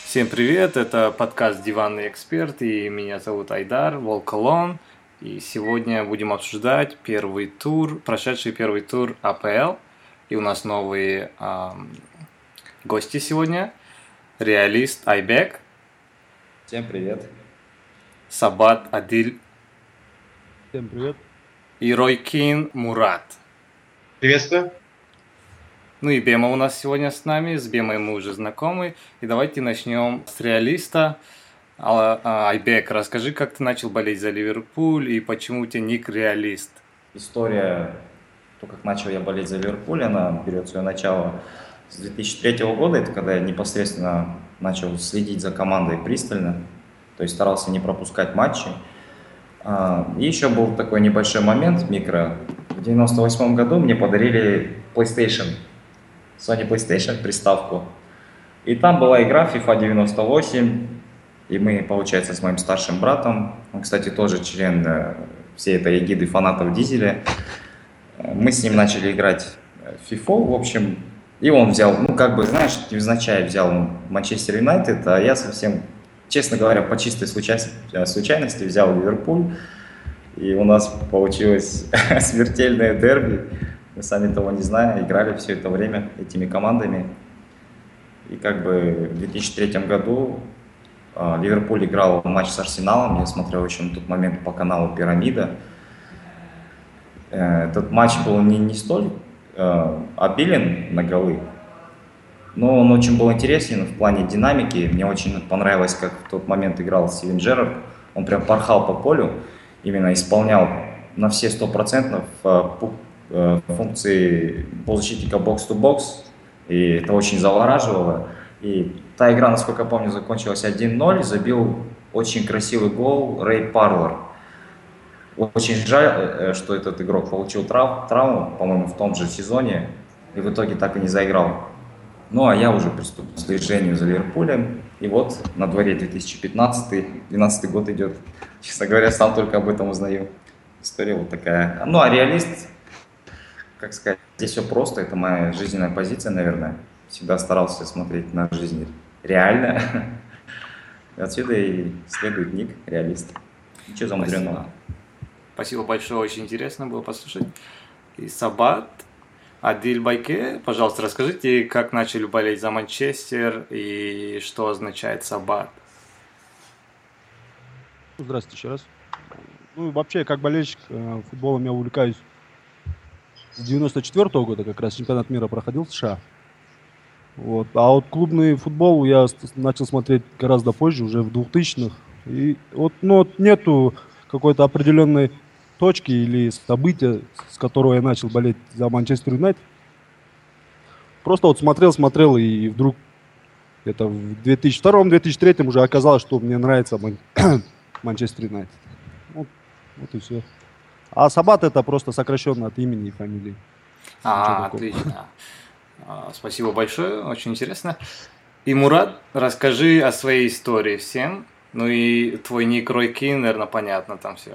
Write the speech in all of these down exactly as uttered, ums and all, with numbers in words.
Всем привет, это подкаст «Диванный эксперт», и меня зовут Айдар Волколон. И сегодня будем обсуждать первый тур, прошедший первый тур АПЛ. И у нас новые эм, гости сегодня. Реалист Айбек. Всем привет. Сабат Адиль. Всем привет. И Ройкин Мурат. Приветствую. Ну и Бема у нас сегодня с нами, с Бемой мы уже знакомы. И давайте начнем с реалиста. Айбек, расскажи, как ты начал болеть за Ливерпуль и почему у тебя ник реалист? История, то, как начал я болеть за Ливерпуль, она берет свое начало с две тысячи третьего года. Это когда я непосредственно начал следить за командой пристально, то есть старался не пропускать матчи. И еще был такой небольшой момент, микро. В девяносто восьмом году мне подарили PlayStation. Sony PlayStation, приставку. И там была игра FIFA девяносто восемь, и мы, получается, с моим старшим братом, он, кстати, тоже член всей этой эгиды фанатов Дизеля, мы с ним начали играть в FIFA, в общем, и он взял, ну, как бы, знаешь, невзначай взял Манчестер Юнайтед, а я совсем, честно говоря, по чистой случайности взял Ливерпуль, и у нас получилось смертельное дерби. Мы сами того не зная, играли все это время этими командами. И как бы в две тысячи третьем году э, Ливерпуль играл матч с Арсеналом. Я смотрел еще на тот момент по каналу «Пирамида». Э, этот матч был не, не столь э, обилен на голы, но он очень был интересен в плане динамики. Мне очень понравилось, как в тот момент играл Стивен Джеррард. Он прям порхал по полю, именно исполнял на все сто процентов э, функции полузащитника бокс-то-бокс, и это очень завораживало. И та игра, насколько я помню, закончилась один ноль, забил очень красивый гол Рэй Парлер. Очень жаль, что этот игрок получил трав- травму, по-моему, в том же сезоне, и в итоге так и не заиграл. Ну, а я уже приступил к слежению за Ливерпулем, и вот на дворе две тысячи пятнадцатый, двенадцатый год идет. Честно говоря, сам только об этом узнаю. История вот такая. Ну, а реалист, как сказать, здесь все просто, это моя жизненная позиция, наверное. Всегда старался смотреть на жизнь реально. Отсюда и следует ник реалист. Ничего замудренного. Спасибо большое, очень интересно было послушать. И Сабат Адиль Байке, пожалуйста, расскажите, как начали болеть за Манчестер и что означает Сабат? Здравствуйте еще раз. Ну, вообще, как болельщик, футболом я увлекаюсь с девяносто четвёртого года, как раз чемпионат мира проходил в США. Вот. А вот клубный футбол я начал смотреть гораздо позже, уже в двухтысячных. И вот, ну, вот нету какой-то определенной точки или события, с которого я начал болеть за Манчестер Юнайтед. Просто вот смотрел, смотрел, и вдруг это в две тысячи втором - две тысячи третьем уже оказалось, что мне нравится Ман... Манчестер Юнайтед. Вот, вот и все. А Сабат — это просто сокращенно от имени и фамилии. А, отлично. Спасибо большое, очень интересно. И, Мурат, расскажи о своей истории всем. Ну и твой ник Ройкин, наверное, понятно там все.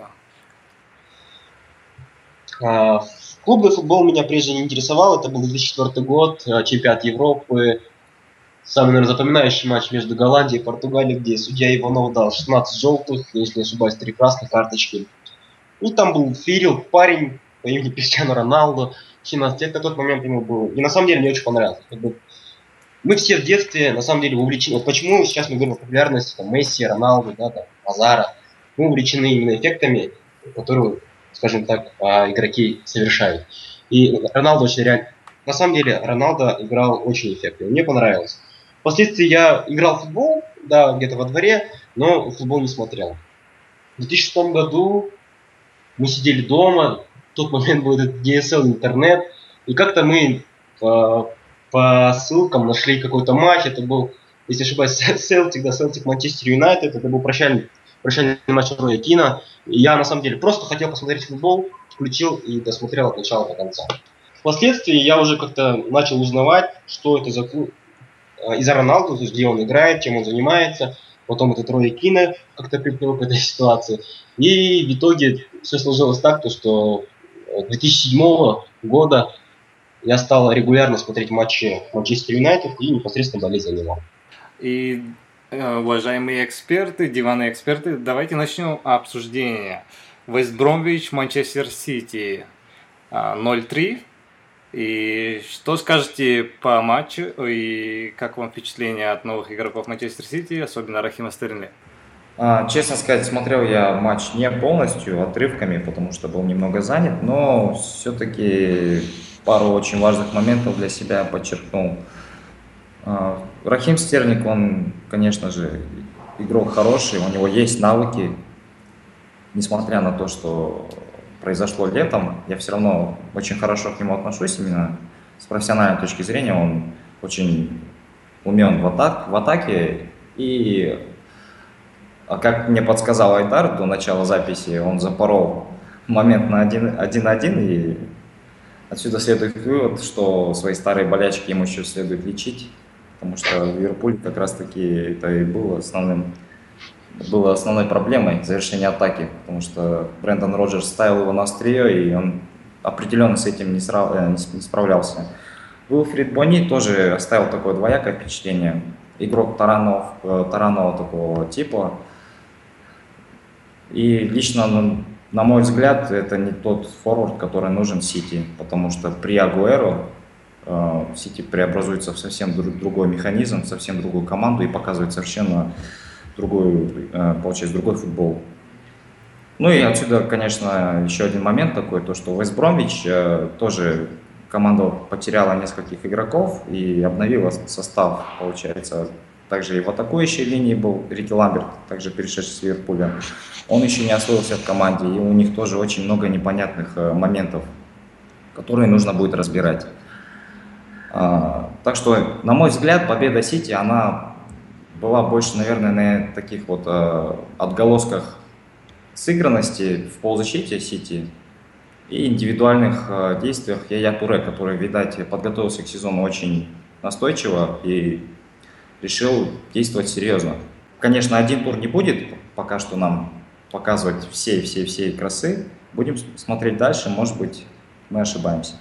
А, клубный футбол меня прежде не интересовал. Это был две тысячи четвёртый год, чемпионат Европы. Самый, наверное, запоминающий матч между Голландией и Португалией, где судья Иванов дал шестнадцать желтых, если не ошибаюсь, три красных карточки. И там был фирил парень по имени Криштиану Роналду, семнадцать лет на тот момент ему было. И на самом деле мне очень понравилось. Как бы мы все в детстве, на самом деле, увлечены. Вот почему сейчас мы говорим о популярности там, Месси, Роналду, да, там, Азара. Мы увлечены именно эффектами, которые, скажем так, игроки совершают. И Роналду очень реально... На самом деле, Роналдо играл очень эффектно. Мне понравилось. Впоследствии я играл в футбол, да, где-то во дворе, но футбол не смотрел. В две тысячи шестом году мы сидели дома, в тот момент был этот ди эс эл интернет, и как-то мы по, по ссылкам нашли какой-то матч. Это был, если не ошибаюсь, Селтик, да, Селтик Манчестер Юнайтед. Это был прощальный, прощальный матч Роя Кина. И я на самом деле просто хотел посмотреть футбол, включил и досмотрел от начала до конца. Впоследствии я уже как-то начал узнавать, что это за клуб. Из-за Роналду, то есть где он играет, чем он занимается. Потом этот Рой Кина как-то приплыл к этой ситуации. И в итоге все сложилось так, то, что две тысячи седьмого года я стал регулярно смотреть матчи Манчестер Юнайтед и непосредственно болеть за него. И Э, Уважаемые эксперты, диванные эксперты, давайте начнем обсуждение. Вест Бромвич, Манчестер Сити а, ноль три. И что скажете по матчу и как вам впечатление от новых игроков Манчестер Сити, особенно Рахима Стерлинга? А, честно сказать, смотрел я матч не полностью, отрывками, потому что был немного занят, но все-таки пару очень важных моментов для себя подчеркнул. А, Рахим Стерлинг, он, конечно же, игрок хороший, у него есть навыки, несмотря на то, что произошло летом, я все равно очень хорошо к нему отношусь, именно с профессиональной точки зрения, он очень умен в, атак, в атаке, и, как мне подсказал Айдар до начала записи, он запорол момент на один-один, и отсюда следует вывод, что свои старые болячки ему еще следует лечить, потому что в Ливерпуле как раз-таки это и было основным было основной проблемой завершения атаки, потому что Брендан Роджерс ставил его на острие, и он определенно с этим не, сра... не справлялся. Уилфрид Бони тоже оставил такое двоякое впечатление. Игрок таранов, таранного такого типа. И лично, на мой взгляд, это не тот форвард, который нужен Сити, потому что при Агуэро Сити преобразуется в совсем другой механизм, в совсем другую команду и показывает совершенно другой, получается, другой футбол. Ну и отсюда, конечно, еще один момент такой, то что Вест Бромвич тоже команда потеряла нескольких игроков и обновила состав, получается. Также и в атакующей линии был Рики Ламберт, также перешедший с Ливерпуля. Он еще не освоился в команде, и у них тоже очень много непонятных моментов, которые нужно будет разбирать. Так что, на мой взгляд, победа Сити, она была больше, наверное, на таких вот э, отголосках сыгранности в полузащите Сити и индивидуальных э, действиях Яя Туре, который, видать, подготовился к сезону очень настойчиво и решил действовать серьезно. Конечно, один тур не будет пока что нам показывать все-все-все красы. Будем смотреть дальше, может быть, мы ошибаемся.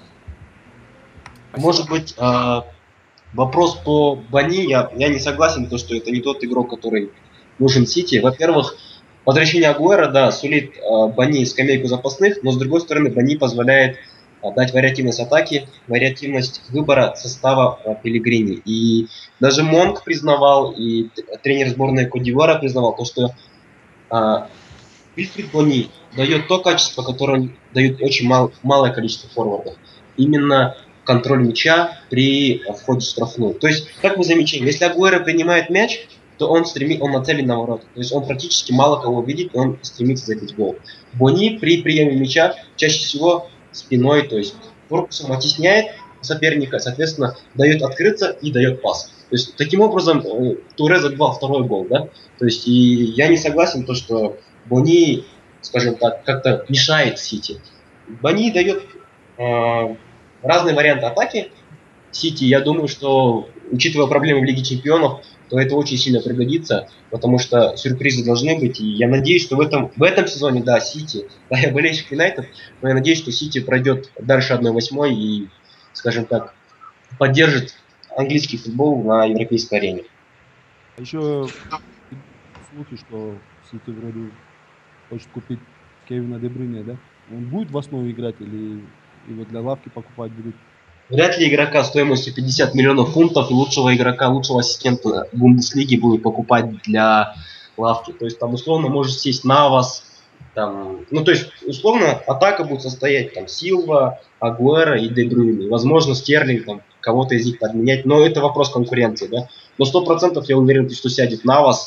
Может быть, э... вопрос по Бони, я, я не согласен, то, что это не тот игрок, который нужен Сити. Во-первых, возвращение Агуэро, да, сулит э, Бони скамейку запасных, но с другой стороны Бони позволяет э, дать вариативность атаки, вариативность выбора состава э, Пеллегрини. И даже Монк признавал, и тренер сборной Кот-д'Ивуара признавал, то, что э, Уилфрид Бони дает то качество, которое дают очень мал, малое количество форвардов. Именно контроль мяча при входе в штрафную. То есть, как мы замечаем, если Агуэро принимает мяч, то он стремит, он нацелен на ворота. То есть он практически мало кого видит, и он стремится забить гол. Бони при приеме мяча чаще всего спиной, то есть корпусом оттесняет соперника, соответственно, дает открыться и дает пас. То есть таким образом Туре забивал второй гол, да? То есть и я не согласен, то, что Бони, скажем так, как-то мешает Сити. Бони дает э, разные варианты атаки Сити. Я думаю, что, учитывая проблемы в Лиге Чемпионов, то это очень сильно пригодится, потому что сюрпризы должны быть. И я надеюсь, что в этом, в этом сезоне, да, Сити, да, я болельщик Юнайтед, но я надеюсь, что Сити пройдет дальше одной восьмой и, скажем так, поддержит английский футбол на европейской арене. Еще слухи, что Сити вроде хочет купить Кевина Де Брюйне, да? Он будет в основе играть или его для лавки покупать будут? Вряд ли игрока стоимостью пятьдесят миллионов фунтов и лучшего игрока, лучшего ассистента Бундеслиги будут покупать для лавки. То есть там условно может сесть Навас, там, ну то есть условно атака будет состоять там Силва, Агуэро и Де Брюйне. Возможно, Стерлинг там кого-то из них подменять, но это вопрос конкуренции, да. Но сто процентов я уверен, что сядет Навас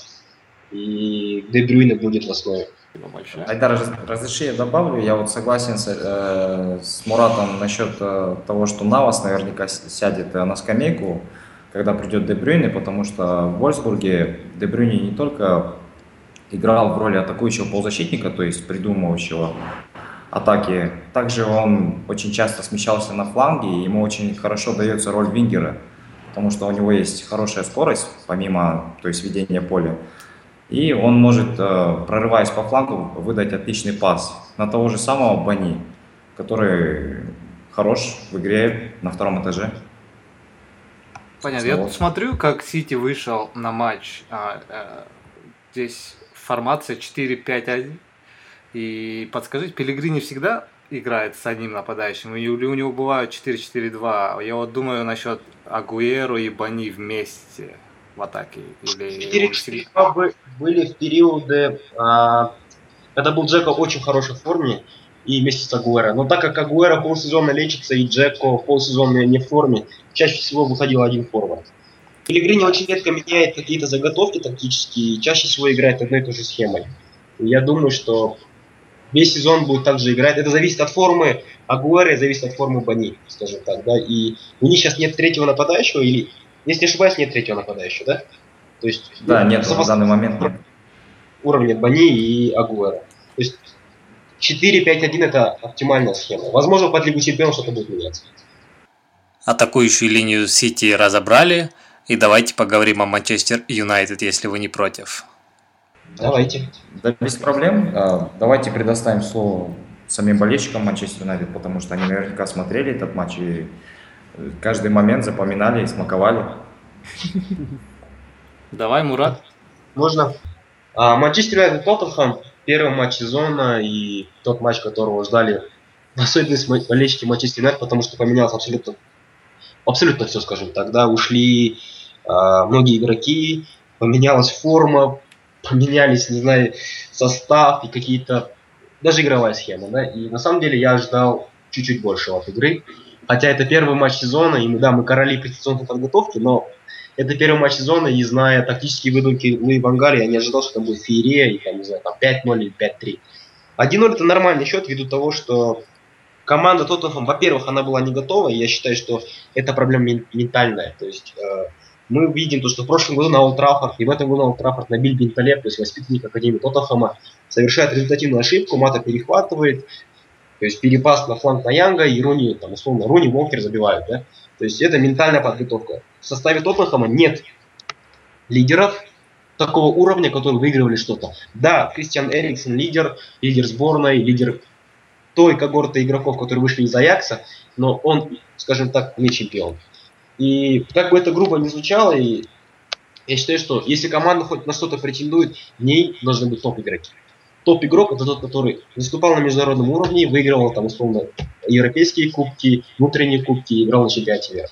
и Де Брюйне будет в основе. Айдар, разреши я добавлю, я вот согласен с, э, с Муратом насчет э, того, что Навас наверняка сядет на скамейку, когда придет Де Брюйне, потому что в Вольфсбурге Де Брюйне не только играл в роли атакующего полузащитника, то есть придумывающего атаки, также он очень часто смещался на фланге, и ему очень хорошо дается роль вингера, потому что у него есть хорошая скорость, помимо, то есть ведения поля. И он может, прорываясь по флангу, выдать отличный пас на того же самого Бони, который хорош в игре на втором этаже. Понятно. Я тут смотрю, как Сити вышел на матч. А, а, здесь формация четыре пять один. И подскажите, Пелегрини всегда играет с одним нападающим? Или у него бывают четыре четыре два? Я вот думаю насчет Агуэро и Бани вместе в атаке. четыре четыре два были в периоды, а, когда был Джеко очень в хорошей форме и вместе с Агуэро. Но так как Агуэро полсезона лечится и Джеко полсезона не в форме, чаще всего выходил один форвард. Пелегрини очень редко меняет какие-то заготовки тактические и чаще всего играет одной и той же схемой. И я думаю, что весь сезон будет также играть. Это зависит от формы Агуэро и зависит от формы Бани, скажем так, да. И у них сейчас нет третьего нападающего, или, если не ошибаюсь, нет третьего нападающего, да? То есть, да, нет, в данный момент нет. Уровня Бани и Агуэро. То есть четыре пять один это оптимальная схема. Возможно, под Лигу Чемпионов что-то будет меняться. Атакующую линию Сити разобрали. И давайте поговорим о Манчестер Юнайтед, если вы не против. Давайте. Да, без проблем. Давайте предоставим слово самим болельщикам Манчестер Юнайтед, потому что они наверняка смотрели этот матч и каждый момент запоминали и смаковали. Давай, Мурат. Можно. Манчестер Юнайтед Тоттенхэм. Первый матч сезона и тот матч, которого ждали в особенности болельщики Манчестер Юнайтед, потому что поменялось абсолютно, абсолютно все, скажем так. Да, ушли а, многие игроки, поменялась форма, поменялись, не знаю, состав и какие-то, даже игровая схема, да, и на самом деле я ожидал чуть-чуть большего от игры, хотя это первый матч сезона, и да, мы короли предсезонной подготовки, но это первый матч сезона, и зная тактические выдумки Луи ван Гааля, я не ожидал, что там будет феерия, и там, не знаю, там пять ноль или пять три. один ноль это нормальный счет, ввиду того, что команда Тоттенхэм, во-первых, она была не готова, и я считаю, что это проблема ментальная, то есть э, мы видим то, что в прошлом году на Олд Траффорд и в этом году на Олд Траффорд Набиль Бенталеб, то есть воспитанник Академии Тоттенхэма, совершает результативную ошибку, Мата перехватывает, то есть перепас на фланг на Янга, и Руни, там, условно, Руни, Волкер забивают, да? То есть это ментальная подготовка. В составе Тоттенхэма нет лидеров такого уровня, которые выигрывали что-то. Да, Кристиан Эриксон лидер, лидер сборной, лидер той когорты игроков, которые вышли из Аякса, но он, скажем так, не чемпион. И как бы это грубо ни звучало, и я считаю, что если команда хоть на что-то претендует, в ней должны быть топ-игроки. Топ-игрок это тот, который выступал на международном уровне, выигрывал там условно европейские кубки, внутренние кубки, играл на чемпионате мира.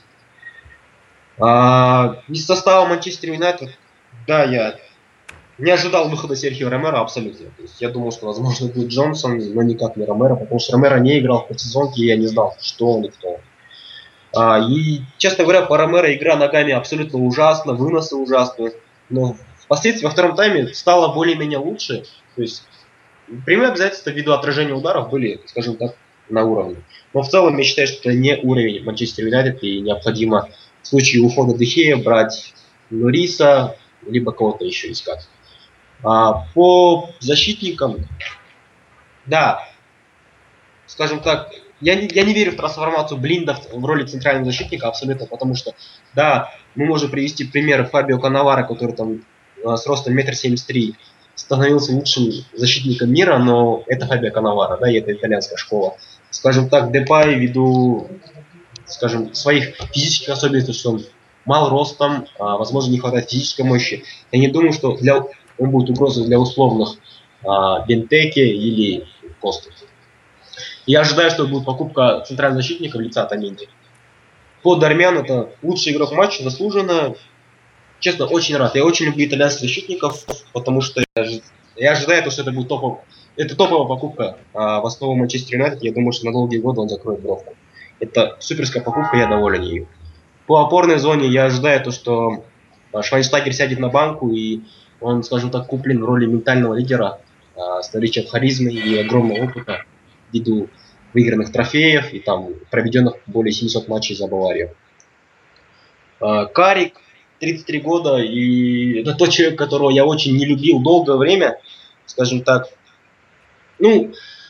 А, из состава Манчестер Юнайтед, да, я не ожидал выхода Серхио Ромеро абсолютно. То есть я думал, что возможно будет Джонсон, но никак не Ромеро, потому что Ромеро не играл в предсезонке, и я не знал, что он и кто он. А, и, честно говоря, по Ромеро игра ногами абсолютно ужасна, выносы ужасные. Но впоследствии во втором тайме стало более-менее лучше. То есть прямые обязательства ввиду отражения ударов были, скажем так, на уровне. Но в целом я считаю, что это не уровень Манчестер Юнайтед, и необходимо в случае ухода Де Геа брать Лориса, либо кого-то еще искать. А, по защитникам, да, скажем так, я не, я не верю в трансформацию Блинда в, в роли центрального защитника абсолютно, потому что, да, мы можем привести пример Фабио Каннаваро, который там а, с ростом метр семьдесят три становился лучшим защитником мира, но это Фабио Каннаваро, да, и это итальянская школа. Скажем так, Депай ввиду, скажем, своих физических особенностей, что он мал ростом, а, возможно, не хватает физической мощи. Я не думаю, что для, он будет угрозой для условных а, Бентеки или Костов. Я ожидаю, что будет покупка центрального защитника в лице Отаменди. По Дармиану это лучший игрок матча, заслуженно. Честно, очень рад. Я очень люблю итальянских защитников, потому что я, я ожидаю, что это будет топовая, это топовая покупка а, в основу Манчестер Юнайтед. Я думаю, что на долгие годы он закроет бровку. Это суперская покупка, я доволен ею. По опорной зоне я ожидаю то, что Швайнштайгер сядет на банку, и он, скажем так, куплен в роли ментального лидера а, с наличием харизмы и огромного опыта ввиду выигранных трофеев и там проведенных более семисот матчей за Баварию. А, Карик, тридцать три года, и это тот человек, которого я очень не любил долгое время, скажем так. Ну,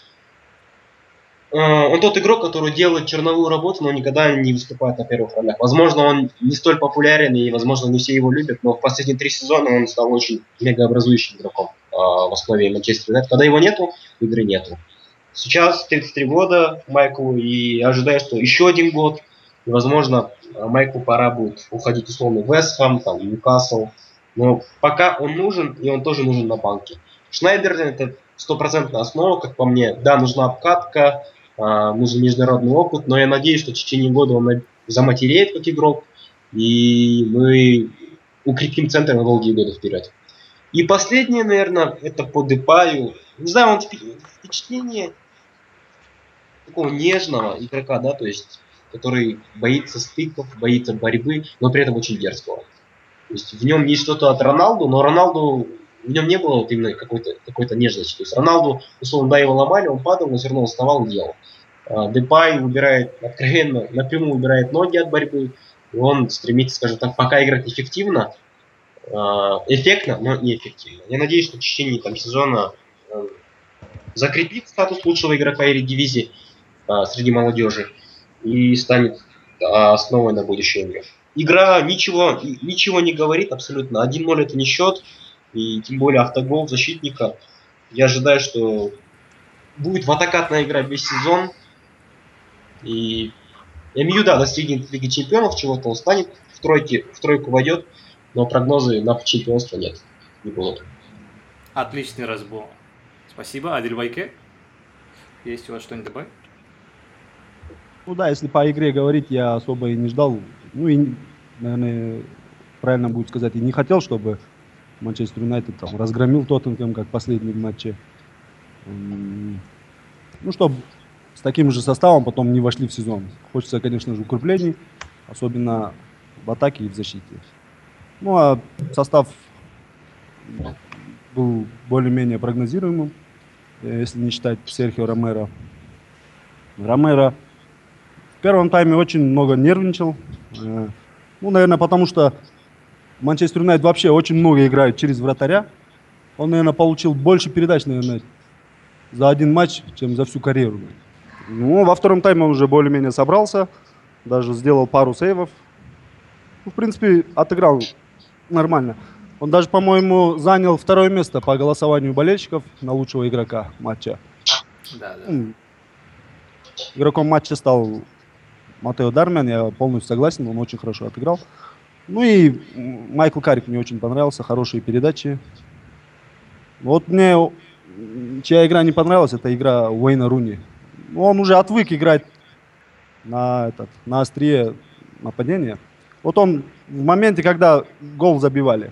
он тот игрок, который делает черновую работу, но никогда не выступает на первых ролях. Возможно, он не столь популярен, и, возможно, не все его любят, но в последние три сезона он стал очень мегаобразующим игроком в основе Манчестер Юнайтед. Когда его нету, игры нету. Сейчас тридцать три года Майклу, и ожидаю, что еще один год, И, возможно, Майклу пора будет уходить условно в Вест Хэм, там, Ньюкасл. Но пока он нужен, и он тоже нужен на банке. Шнайдерлин — это стопроцентная основа, как по мне. Да, нужна обкатка, а, нужен международный опыт, но я надеюсь, что в течение года он заматереет как игрок, и мы укрепим центр на долгие годы вперед. И последнее, наверное, это по Депаю. Не знаю, он впечатление такого нежного игрока, да, то есть, который боится стыков, боится борьбы, но при этом очень дерзкого. То есть в нем есть что-то от Роналду, но Роналду, в нем не было вот именно какой-то, какой-то нежности. То есть Роналду, условно, да, его ломали, он падал, но все равно вставал и делал. Депай выбирает откровенно, напрямую выбирает ноги от борьбы, и он стремится, скажем так, пока играть эффективно, эффектно, но не эффективно. Я надеюсь, что в течение там, сезона закрепит статус лучшего игрока Эредивизии среди молодежи и станет основой на будущее игры. Игра ничего, ничего не говорит абсолютно. один ноль это не счет. И тем более автогол защитника. Я ожидаю, что будет ватакатная игра весь сезон. И эм ю, да, достигнет Лиги Чемпионов чего-то. Он станет в, тройке, в тройку войдет. Но прогнозы на чемпионство нет. Не будут. Отличный разбор. Спасибо. Адиль Байке. Есть у вас что-нибудь добавить? Ну да, если по игре говорить, я особо и не ждал. Ну и, наверное, правильно будет сказать, и не хотел, чтобы Манчестер Юнайтед там разгромил Тоттенхэм, как в последнем матче. Ну, чтобы с таким же составом потом не вошли в сезон. Хочется, конечно же, укреплений, особенно в атаке и в защите. Ну, а состав был более-менее прогнозируемым, если не считать Серхио Ромеро. Ромеро в первом тайме очень много нервничал. Ну, наверное, потому что Манчестер Юнайтед вообще очень много играет через вратаря. Он, наверное, получил больше передач, наверное, за один матч, чем за всю карьеру. Ну, во втором тайме он уже более-менее собрался, даже сделал пару сейвов. Ну, в принципе, отыграл нормально. Он даже, по-моему, занял второе место по голосованию болельщиков на лучшего игрока матча. Да, да. Игроком матча стал Матео Дармиан, я полностью согласен, он очень хорошо отыграл. Ну и Майкл Каррик мне очень понравился, хорошие передачи. Вот мне, чья игра не понравилась, это игра Уэйна Руни. Он уже отвык играть на, этот, на острие нападения. Вот он в моменте, когда гол забивали,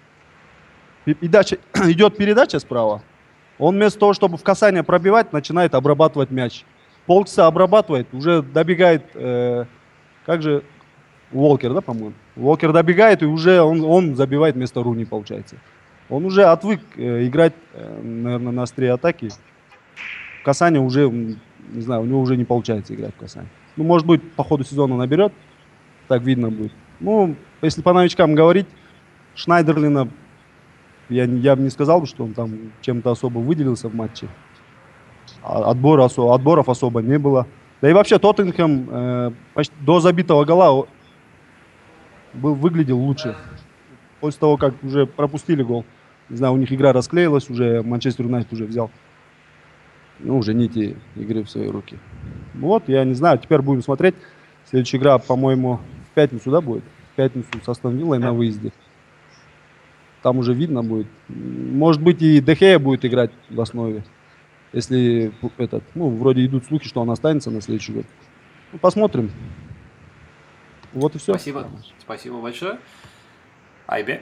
передача, идет передача справа, он вместо того, чтобы в касание пробивать, начинает обрабатывать мяч. Полчаса обрабатывает, уже добегает, э, как же, Уолкер, да, по-моему? Уолкер добегает, и уже он, он забивает вместо Руни, получается. Он уже отвык э, играть, э, наверное, на острие атаки. В касание уже, не знаю, у него уже не получается играть в касание. Ну, может быть, по ходу сезона наберет, так видно будет. Ну, если по новичкам говорить, Шнайдерлина, я, я бы не сказал, что он там чем-то особо выделился в матче. Отбора, особо, отборов особо не было. Да и вообще Тоттенхэм э, почти до забитого гола был, выглядел лучше. После того, как уже пропустили гол. Не знаю, у них игра расклеилась, уже Манчестер Юнайтед уже взял, ну, уже нити игры в свои руки. Вот, я не знаю, теперь будем смотреть. Следующая игра, по-моему, в пятницу, да, будет? В пятницу с Астон Виллой на выезде. Там уже видно будет. Может быть, и Де Геа будет играть в основе. Если этот, ну, вроде идут слухи, что он останется на следующий год. Ну, посмотрим. Вот и все. Спасибо. Спасибо большое. Айбек?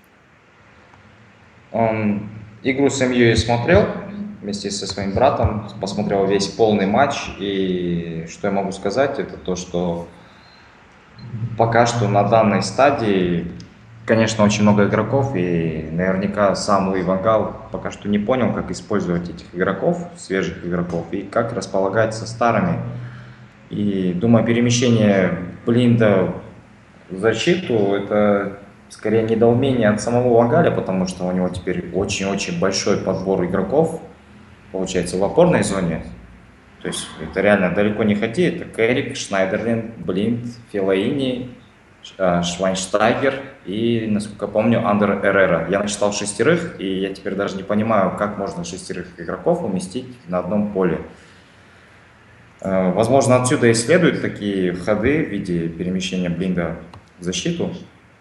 Он игру с эм ю я смотрел вместе со своим братом, посмотрел весь полный матч, и что я могу сказать, это то, что пока что на данной стадии, конечно, очень много игроков, и наверняка сам Луи ван Гал пока что не понял, как использовать этих игроков, свежих игроков, и как располагать со старыми. И думаю, перемещение Блинда в защиту – это скорее недоумение от самого Ван Галя, потому что у него теперь очень-очень большой подбор игроков, получается, в опорной зоне. То есть это реально далеко не ходи, это Керрик, Шнайдерлин, Блинд, Фелаини, Швайнштайгер и, насколько я помню, Андер Эррера. Я насчитал шестерых, и я теперь даже не понимаю, как можно шестерых игроков уместить на одном поле. Э, Возможно, отсюда и следуют такие ходы в виде перемещения блинда в защиту.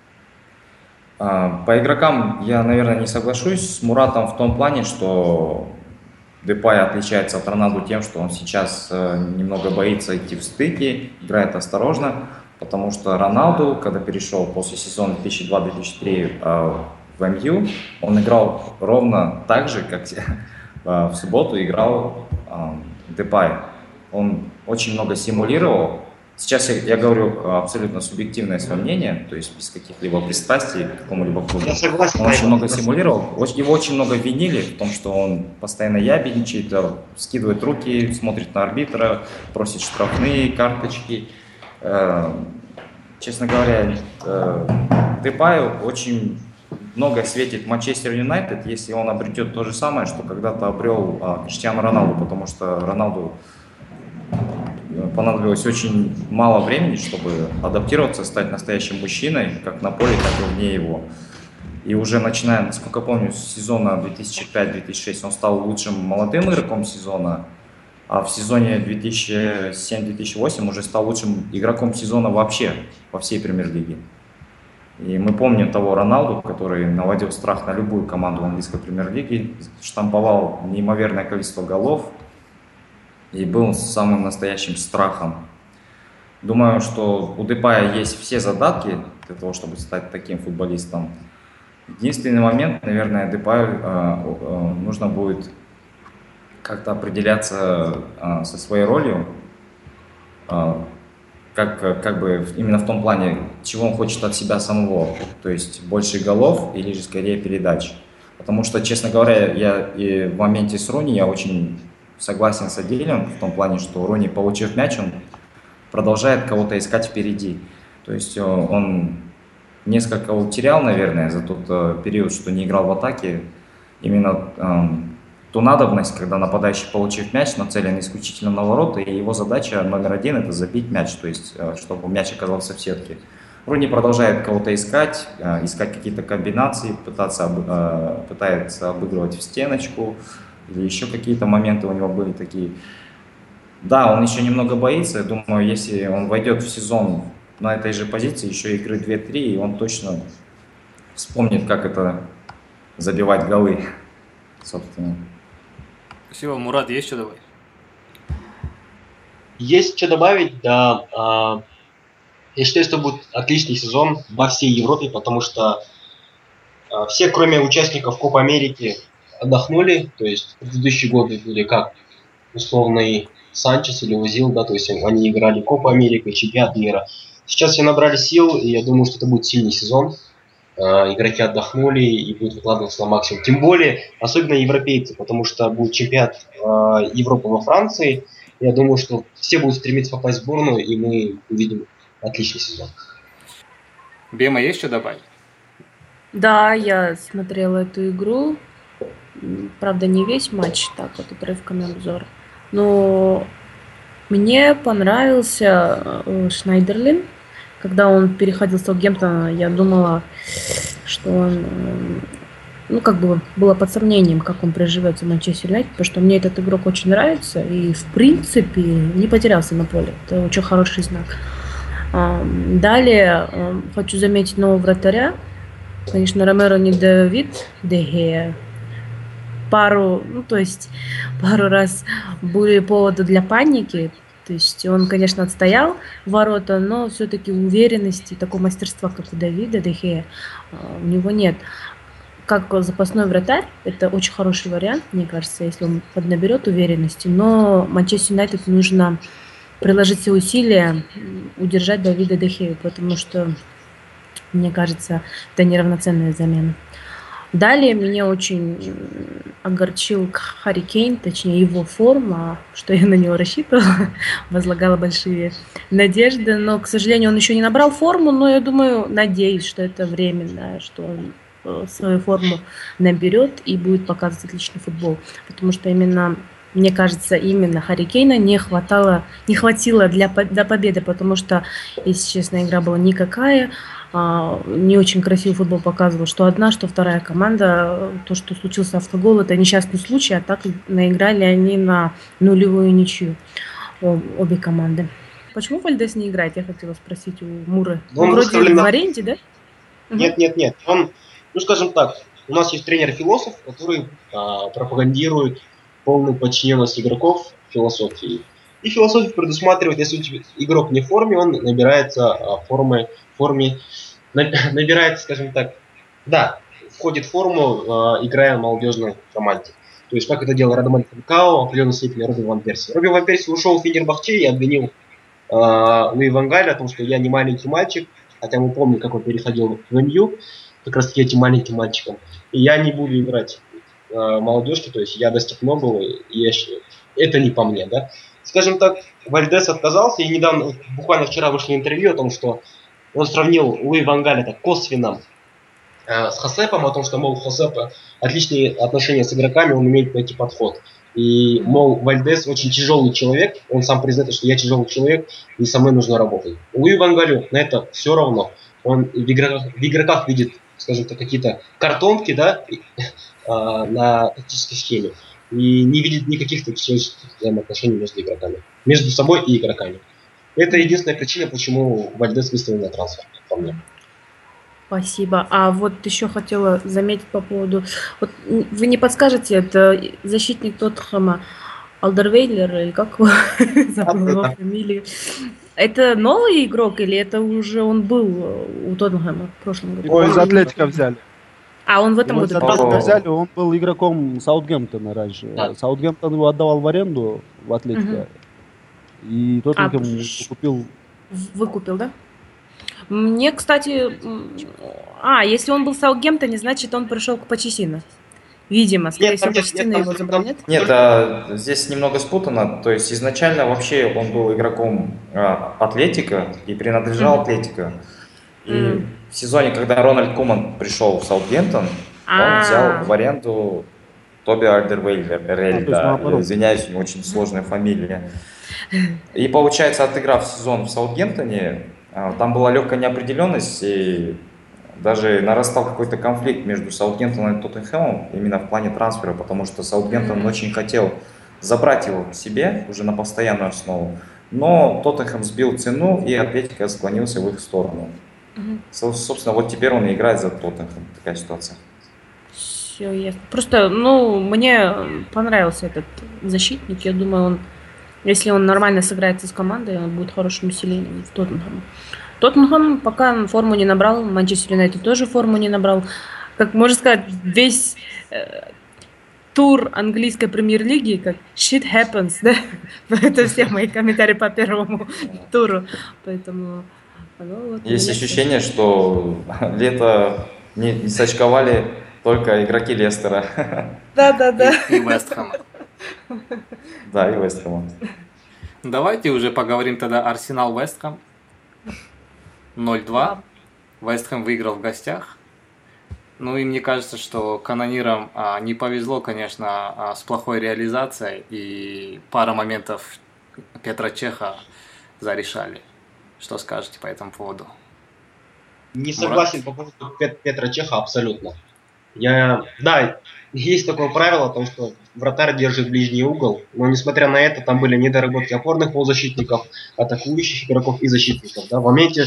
А, По игрокам я, наверное, не соглашусь с Муратом в том плане, что Депай отличается от Роналду тем, что он сейчас э, немного боится идти в стыки, играет осторожно, потому что Роналду, когда перешел после сезона две тысячи два - две тысячи три э, в эм ю, он играл ровно так же, как э, в субботу играл э, Депай. Он очень много симулировал. Сейчас я, я говорю э, абсолютно субъективное свое мнение, то есть без каких-либо пристрастий к какому-либо клубу. Я согласен. Он очень много симулировал, оч- его очень много винили в том, что он постоянно ябедничает, э, скидывает руки, смотрит на арбитра, просит штрафные карточки. Э, Честно говоря, э, Депаю очень много светит Манчестер Юнайтед, если он обретет то же самое, что когда-то обрел э, Криштиану Роналду, потому что Роналду понадобилось очень мало времени, чтобы адаптироваться, стать настоящим мужчиной, как на поле, так и вне его. И уже начиная, насколько помню, с сезона две тысячи пятого - две тысячи шестого он стал лучшим молодым игроком сезона, а в сезоне две тысячи седьмого - две тысячи восьмого уже стал лучшим игроком сезона вообще во всей премьер-лиге. И мы помним того Роналду, который наводил страх на любую команду в английской премьер-лиге, штамповал неимоверное количество голов и был самым настоящим страхом. Думаю, что у Депая есть все задатки для того, чтобы стать таким футболистом. Единственный момент, наверное, Депаю э, э, нужно будет как-то определяться э, со своей ролью, э, как, как бы именно в том плане, чего он хочет от себя самого, то есть больше голов или же скорее передач. Потому что, честно говоря, я и в моменте с Руни я очень согласен с Аделем в том плане, что Руни, получив мяч, он продолжает кого-то искать впереди. То есть он несколько утерял, наверное, за тот э, период, что не играл в атаке, именно э, ту надобность, когда нападающий, получив мяч, нацелен исключительно на ворота, и его задача номер один – это забить мяч, то есть э, чтобы мяч оказался в сетке. Руни продолжает кого-то искать, э, искать какие-то комбинации, пытаться, об, э, пытается обыгрывать в стеночку, или еще какие-то моменты у него были такие. Да, он еще немного боится, я думаю, если он войдет в сезон на этой же позиции, еще игры две-три, и он точно вспомнит, как это забивать голы, собственно. Спасибо. Мурат, есть что добавить? Есть что добавить, да. А, я считаю, что будет отличный сезон во всей Европе, потому что а, все, кроме участников Копа Америки, отдохнули. То есть предыдущие годы были как условный Санчес или Узил, да, то есть они играли Копа Америка и Чемпионат мира. Сейчас все набрали сил, и я думаю, что это будет сильный сезон. Э, игроки отдохнули и будут выкладываться на максимум. Тем более, особенно европейцы, потому что будет чемпионат э, Европы во Франции. Я думаю, что все будут стремиться попасть в сборную, и мы увидим отличный сезон. Бема, есть что добавить? Да, я смотрела эту игру. Правда, не весь матч, так вот отрывками обзор. Но мне понравился Шнайдерлин. Когда он переходил с Саутгемптона, я думала, что он, ну, как бы было под сомнением, как он приживется в Манчестер Юнайтед, потому что мне этот игрок очень нравится и, в принципе, не потерялся на поле. Это очень хороший знак. Далее хочу заметить нового вратаря. Конечно, Ромеро не Давид Де Геа. Пару, ну, то есть пару раз были поводы для паники. То есть он, конечно, отстоял ворота, но все-таки уверенности, такого мастерства, как у Давида Де Геа, у него нет. Как запасной вратарь, это очень хороший вариант, мне кажется, если он поднаберет уверенности. Но Манчестер Юнайтед нужно приложить все усилия, удержать Давида Де Геа, потому что, мне кажется, это неравноценная замена. Далее меня очень огорчил Харри Кейн, точнее его форма, что я на него рассчитывала, возлагала большие надежды, но, к сожалению, он еще не набрал форму, но я думаю, надеюсь, что это временно, что он свою форму наберет и будет показывать отличный футбол, потому что именно, мне кажется, именно Харри Кейна не хватало, не хватило для, для победы, потому что, если честно, игра была никакая. Не очень красивый футбол показывал, что одна, что вторая команда. То, что случился автогол, это несчастный случай, а так наиграли они на нулевую ничью. обе команды. Почему Вальдес не играет, я хотела спросить у Муры. Он Он вроде выставлен в на- аренде, да? Нет, нет, нет. Он, ну скажем так, у нас есть тренер-философ, который а, пропагандирует полную подчиненность игроков философии. И философия предусматривает, если у тебя игрок не в форме, он набирается а, формы, форме, на- набирается, скажем так, да, входит в форму, а, играя в молодежной команде. То есть, как это делал Радамель Фалькао, в определенной степени Робби Ван Перси. Робби Ван Перси ушел в Фенербахче и обвинил а, Луи Ван Галя о том, что я не маленький мальчик, хотя мы помним, как он переходил в эм ю, как раз таки этим маленьким мальчиком. И я не буду играть э, молодежки, то есть я достиг многого, и я, щ- это не по мне, да. Скажем так, Вальдес отказался, и недавно, вот буквально вчера вышло интервью о том, что он сравнил Луи Ван Галя так косвенно э, с Хосепом, о том, что, мол, у Хосепа отличные отношения с игроками, он умеет найти подход. И, мол, Вальдес очень тяжелый человек, он сам признает, что я тяжелый человек, и со мной нужно работать. Луи Ван Галю на это все равно. Он в игроках, в игроках видит, скажем так, какие-то картонки, да, и, а, на тактической схеме. И не видит никаких человеческих взаимоотношений между игроками. Между собой и игроками. Это единственная причина, почему Вальдес выставлен на трансфер, по мне. Спасибо. А вот еще хотела заметить по поводу... Вот м, вы не подскажете, это защитник Тоттенхэма Алдервейлер, или как его забыла его Да. фамилию. Это новый игрок или это уже он был у Тоттенхэма в прошлом году? Его из Атлетика взяли. А он в этом Его из году Атлетика Атлетика пришел, да? взяли, он был игроком Саутгемптона раньше. Да. Саутгемптон его отдавал в аренду в Атлетика. И Тоттенхэм А, купил. Выкупил, да? Мне, кстати... м, А, если он был в Саутгемптоне, значит, он пришел к Почесино. Видимо, скорее Нет, всего, там нет, Почесино нет, его там- забрал, там- нет? Нет, а, здесь немного спутано. То есть изначально вообще он был игроком а, Атлетика и принадлежал Мгм. Атлетика. И М. в сезоне, когда Рональд Куман пришел в Саутгемптон, он А. взял в аренду Тоби Альдервейлер. А, то есть наоборот. Извиняюсь, у него очень сложная фамилия. И получается, отыграв сезон в Саутгемптоне, а, там была легкая неопределенность, и даже нарастал какой-то конфликт между Саутгемптоном и Тоттенхэмом именно в плане трансфера, потому что Саутгемптон Мгм. очень хотел забрать его к себе уже на постоянную основу, но Тоттенхэм сбил цену, и Атлетико склонился в их сторону. Мгм. Со- Собственно, вот теперь он и играет за Тоттенхэм. Такая ситуация. Все ясно. Просто, ну, мне понравился этот защитник. Я думаю, он, если он нормально сыграется с командой, он будет хорошим усилением в Тоттенхэм. Тоттенхэм пока форму не набрал, Манчестер Юнайтед тоже форму не набрал. Как можно сказать, весь э, тур английской премьер-лиги, как shit happens, да? Это все мои комментарии по первому туру. Поэтому... ну, вот, Есть меня ощущение, что лето не, не сочковали только игроки Лестера. Да-да-да. И, и Вест Хэма. Да, и Вест Хэма. Давайте уже поговорим тогда Арсенал Вест Хэм. ноль два. Вест Хэм выиграл в гостях. Ну и мне кажется, что канонирам а, не повезло, конечно, а, с плохой реализацией. И пара моментов Петра Чеха зарешали. Что скажете по этому поводу? Не согласен по поводу Пет- Петра Чеха абсолютно. Я, да, есть такое правило о том, что вратарь держит ближний угол, но несмотря на это, там были недоработки опорных полузащитников, атакующих игроков и защитников. Да. В моменте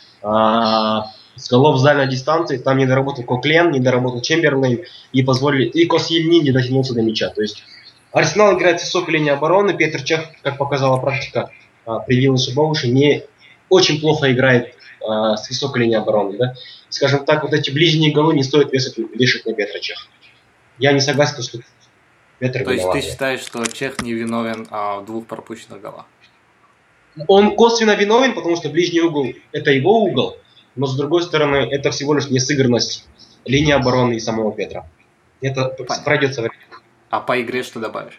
а, с голов с дальней дистанции там не доработал Коклен, не доработал Чемберлейн и позволили, и Косьельни не дотянулся до мяча. То есть Арсенал играет с высокой линии обороны, Петр Чех, как показала практика а, при Виллаше Боуше, не очень плохо играет а, с высокой линии обороны. Да. Скажем так, вот эти ближние голы не стоит вешать, вешать на Петра Чеха. Я не согласен, что Петр То есть виноват. ты считаешь, что Чех не виновен а, в двух пропущенных голах? Он косвенно виновен, потому что ближний угол – это его угол, но с другой стороны, это всего лишь несыгранность линии обороны и самого Петра. Это Понятно. пройдет со временем. А по игре что добавишь?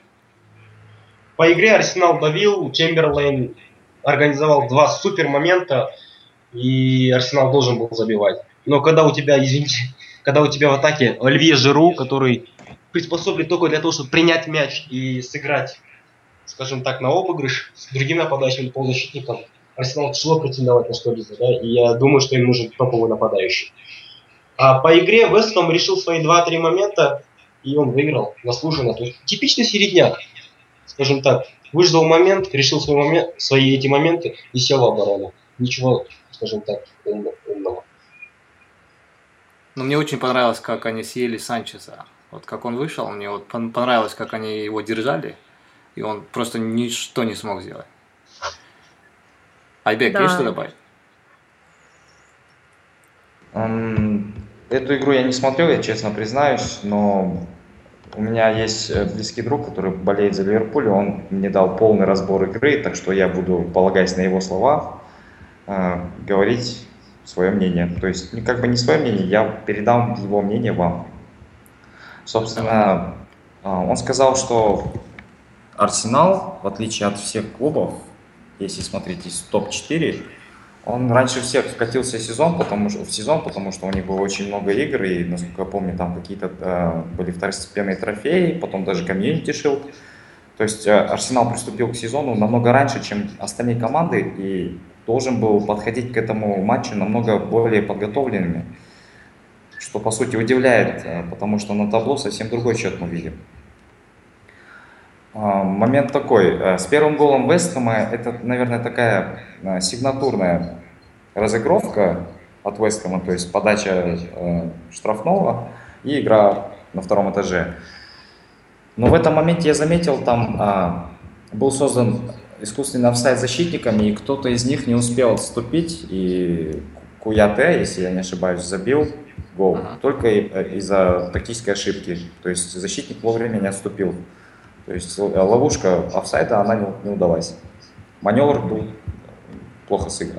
По игре Арсенал давил, Чемберлейн организовал два супер момента, и Арсенал должен был забивать. Но когда у тебя, извините, когда у тебя в атаке Оливье Жиру, который приспособлен только для того, чтобы принять мяч и сыграть, скажем так, на обыгрыш с другим нападающим полузащитником, Арсенал тяжело претендовать на что-либо, да, и я думаю, что им нужен топовый нападающий. А по игре Вест Хэм решил свои два-три момента, и он выиграл заслуженно. То есть типичный середняк. скажем так, выждал момент, решил свой момент, свои эти моменты и сел в оборону. Ничего, скажем так, умного. Но мне очень понравилось, как они съели Санчеса. Вот как он вышел, мне вот понравилось, как они его держали, и он просто ничто не смог сделать. Айбек, Да. есть что добавить? М, Эту игру я не смотрел, я честно признаюсь, но у меня есть э, близкий друг, который болеет за Ливерпуль, и он мне дал полный разбор игры, так что я буду, полагаясь на его слова, э, говорить свое мнение. То есть, ну, как бы не свое мнение, я передам его мнение вам. Собственно, э, он сказал, что Арсенал, в отличие от всех клубов, если смотреть из топ четыре, он раньше всех вкатился в сезон, потому что, в сезон, потому что у них было очень много игр, и, насколько я помню, там какие-то э, были второстепенные трофеи, потом даже комьюнити шилд. То есть э, Арсенал приступил к сезону намного раньше, чем остальные команды, и должен был подходить к этому матчу намного более подготовленными, что, по сути, удивляет, э, потому что на табло совсем другой счет мы видим. Момент такой. С первым голом Вест Хэма это, наверное, такая сигнатурная разыгровка от Вест Хэма, то есть подача э, штрафного и игра на втором этаже. Но в этом моменте я заметил, там а, был создан искусственный офсайд защитниками, и кто-то из них не успел отступить, и Куяте, если я не ошибаюсь, забил гол только из-за тактической ошибки. То есть защитник вовремя не отступил. То есть ловушка офсайда, она не, не удалась. Маневр был плохо сыгран.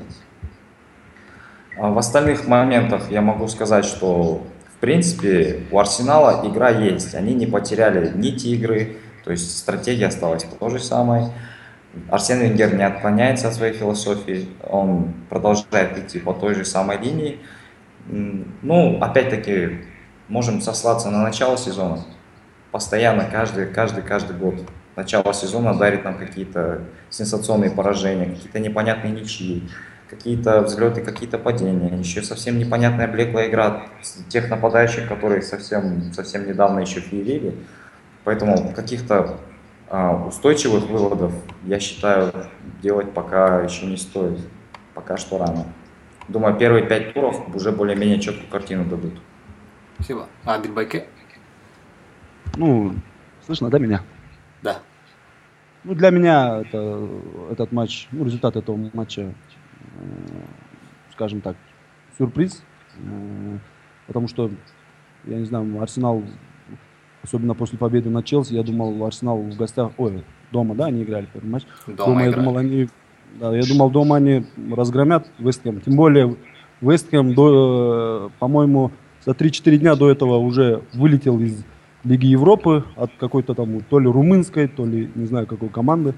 А в остальных моментах я могу сказать, что в принципе у Арсенала игра есть. Они не потеряли нити игры, то есть стратегия осталась то же самое. Арсен Венгер не отклоняется от своей философии, он продолжает идти по той же самой линии. Ну, опять-таки, можем сослаться на начало сезона. Постоянно, каждый, каждый, каждый год начало сезона дарит нам какие-то сенсационные поражения, какие-то непонятные ничьи, какие-то взлеты, какие-то падения. Еще совсем непонятная блеклая игра тех нападающих, которые совсем, совсем недавно еще феерили. Поэтому каких-то а, устойчивых выводов, я считаю, делать пока еще не стоит. Пока что рано. Думаю, первые пять туров уже более-менее четкую картину дадут. Спасибо. А Битбайке? Ну, слышно, да, меня? Да. Ну, для меня это, этот матч, ну, результат этого матча, э, скажем так, сюрприз. Э, потому что, я не знаю, Арсенал, особенно после победы над Челси, я думал, Арсенал в гостях, ой, дома, да, они играли первый матч. Дома, дома я думал, они, да, я думал, дома они разгромят Вест Хэм. Тем более, Вест Хэм, до, по-моему, за три-четыре дня до этого уже вылетел из Лиги Европы от какой-то там то ли румынской, то ли не знаю какой команды.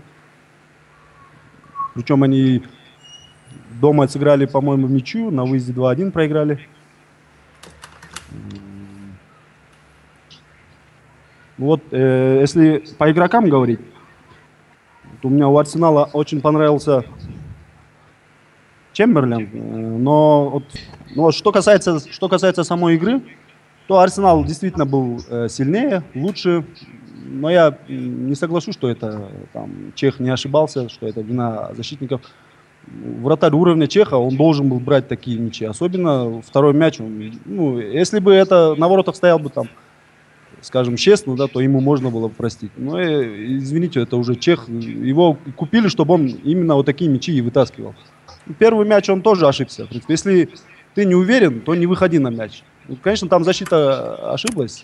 Причем они дома сыграли, по-моему, в ничью, на выезде два-один проиграли. Вот, э, если по игрокам говорить, то у меня у Арсенала очень понравился Чемберлен, э, но, вот, но что касается, что касается самой игры, то Арсенал действительно был э, сильнее, лучше, но я не соглашусь, что это там, Чех не ошибался, что это вина защитников. Вратарь уровня Чеха, он должен был брать такие мячи, особенно второй мяч. Он, ну, если бы это на воротах стоял бы там, скажем, честно, да, то ему можно было бы простить. Но, э, извините, это уже Чех, его купили, чтобы он именно вот такие мячи и вытаскивал. Первый мяч он тоже ошибся. В принципе, если ты не уверен, то не выходи на мяч. Конечно, там защита ошиблась.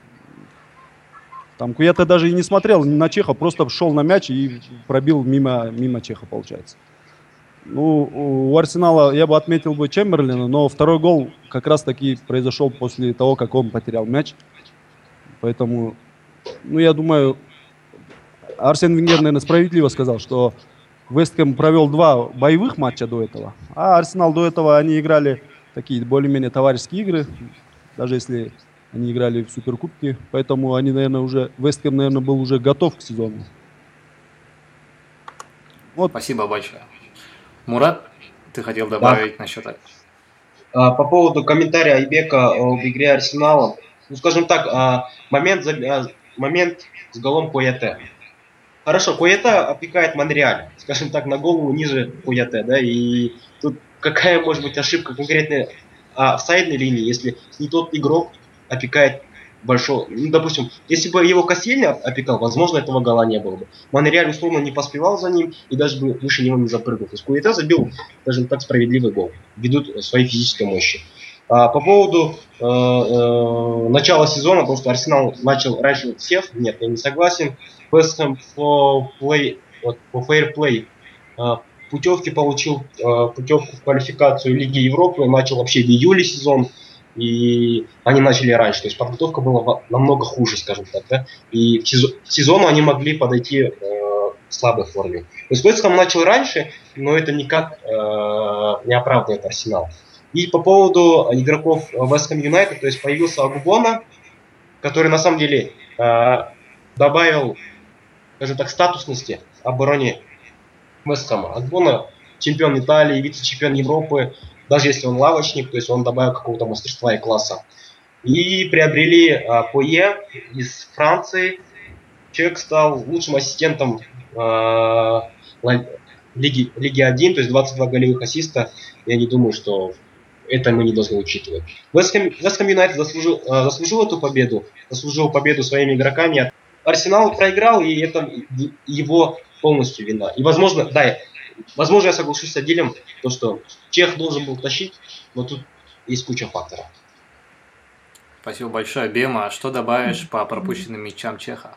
Там Куяте даже и не смотрел на Чеха, просто шел на мяч и пробил мимо, мимо Чеха, получается. Ну, у Арсенала я бы отметил бы Чемберлена, но второй гол как раз-таки произошел после того, как он потерял мяч. Поэтому, ну, я думаю, Арсен Венгер, наверное, справедливо сказал, что Вест Хэм провел два боевых матча до этого, а Арсенал до этого они играли такие более-менее товарищеские игры, даже если они играли в Суперкубке. Поэтому они, наверное, уже, Вест Хэм, наверное, был уже готов к сезону. Вот. Спасибо большое. Мурат, ты хотел добавить да. насчет этого? А, по поводу комментария Айбека об игре Арсенала. Ну, скажем так, а, момент, а, момент с голом Куяте. хорошо, Куэта опекает Монреаль, скажем так, на голову ниже Куэте, да, и тут какая может быть ошибка конкретная а, в сайдной линии, если не тот игрок опекает большой, ну, допустим, если бы его Кассельни опекал, возможно, этого гола не было бы. Монреаль условно не поспевал за ним и даже бы выше него не запрыгнул. То есть Куэта забил, скажем так, справедливый гол, ввиду своей физической мощи. А, по поводу э, э, начала сезона, потому что Арсенал начал раньше всех, нет, я не согласен. West Ham по, play, вот, по fair play э, путевки получил, э, путевку в квалификацию Лиги Европы, начал вообще в июле сезон. И они начали раньше, то есть подготовка была намного хуже, скажем так, да, и к сезону они могли подойти э, в слабой форме. То есть Вест Хэм начал раньше, но это никак э, не оправдывает Арсенал. И по поводу игроков Вест Хэм Юнайтед, то есть появился Агубона, который на самом деле э, добавил, скажем так, статусности обороне Вест Хэма. Агубона чемпион Италии, вице-чемпион Европы. Даже если он лавочник, то есть он добавил какого-то мастерства и класса. И приобрели а, Пое из Франции. Человек стал лучшим ассистентом а, Лиги, Лиги один, то есть двадцать два голевых ассиста. Я не думаю, что это мы не должны учитывать. Вест Хэм Юнайтед заслужил, а, заслужил эту победу, заслужил победу своими игроками. Арсенал проиграл, и это его полностью вина. И возможно, да, Возможно, я соглашусь с Адилем, то, что Чех должен был тащить, но тут есть куча факторов. Спасибо большое, Бема. А что добавишь по пропущенным мячам Чеха?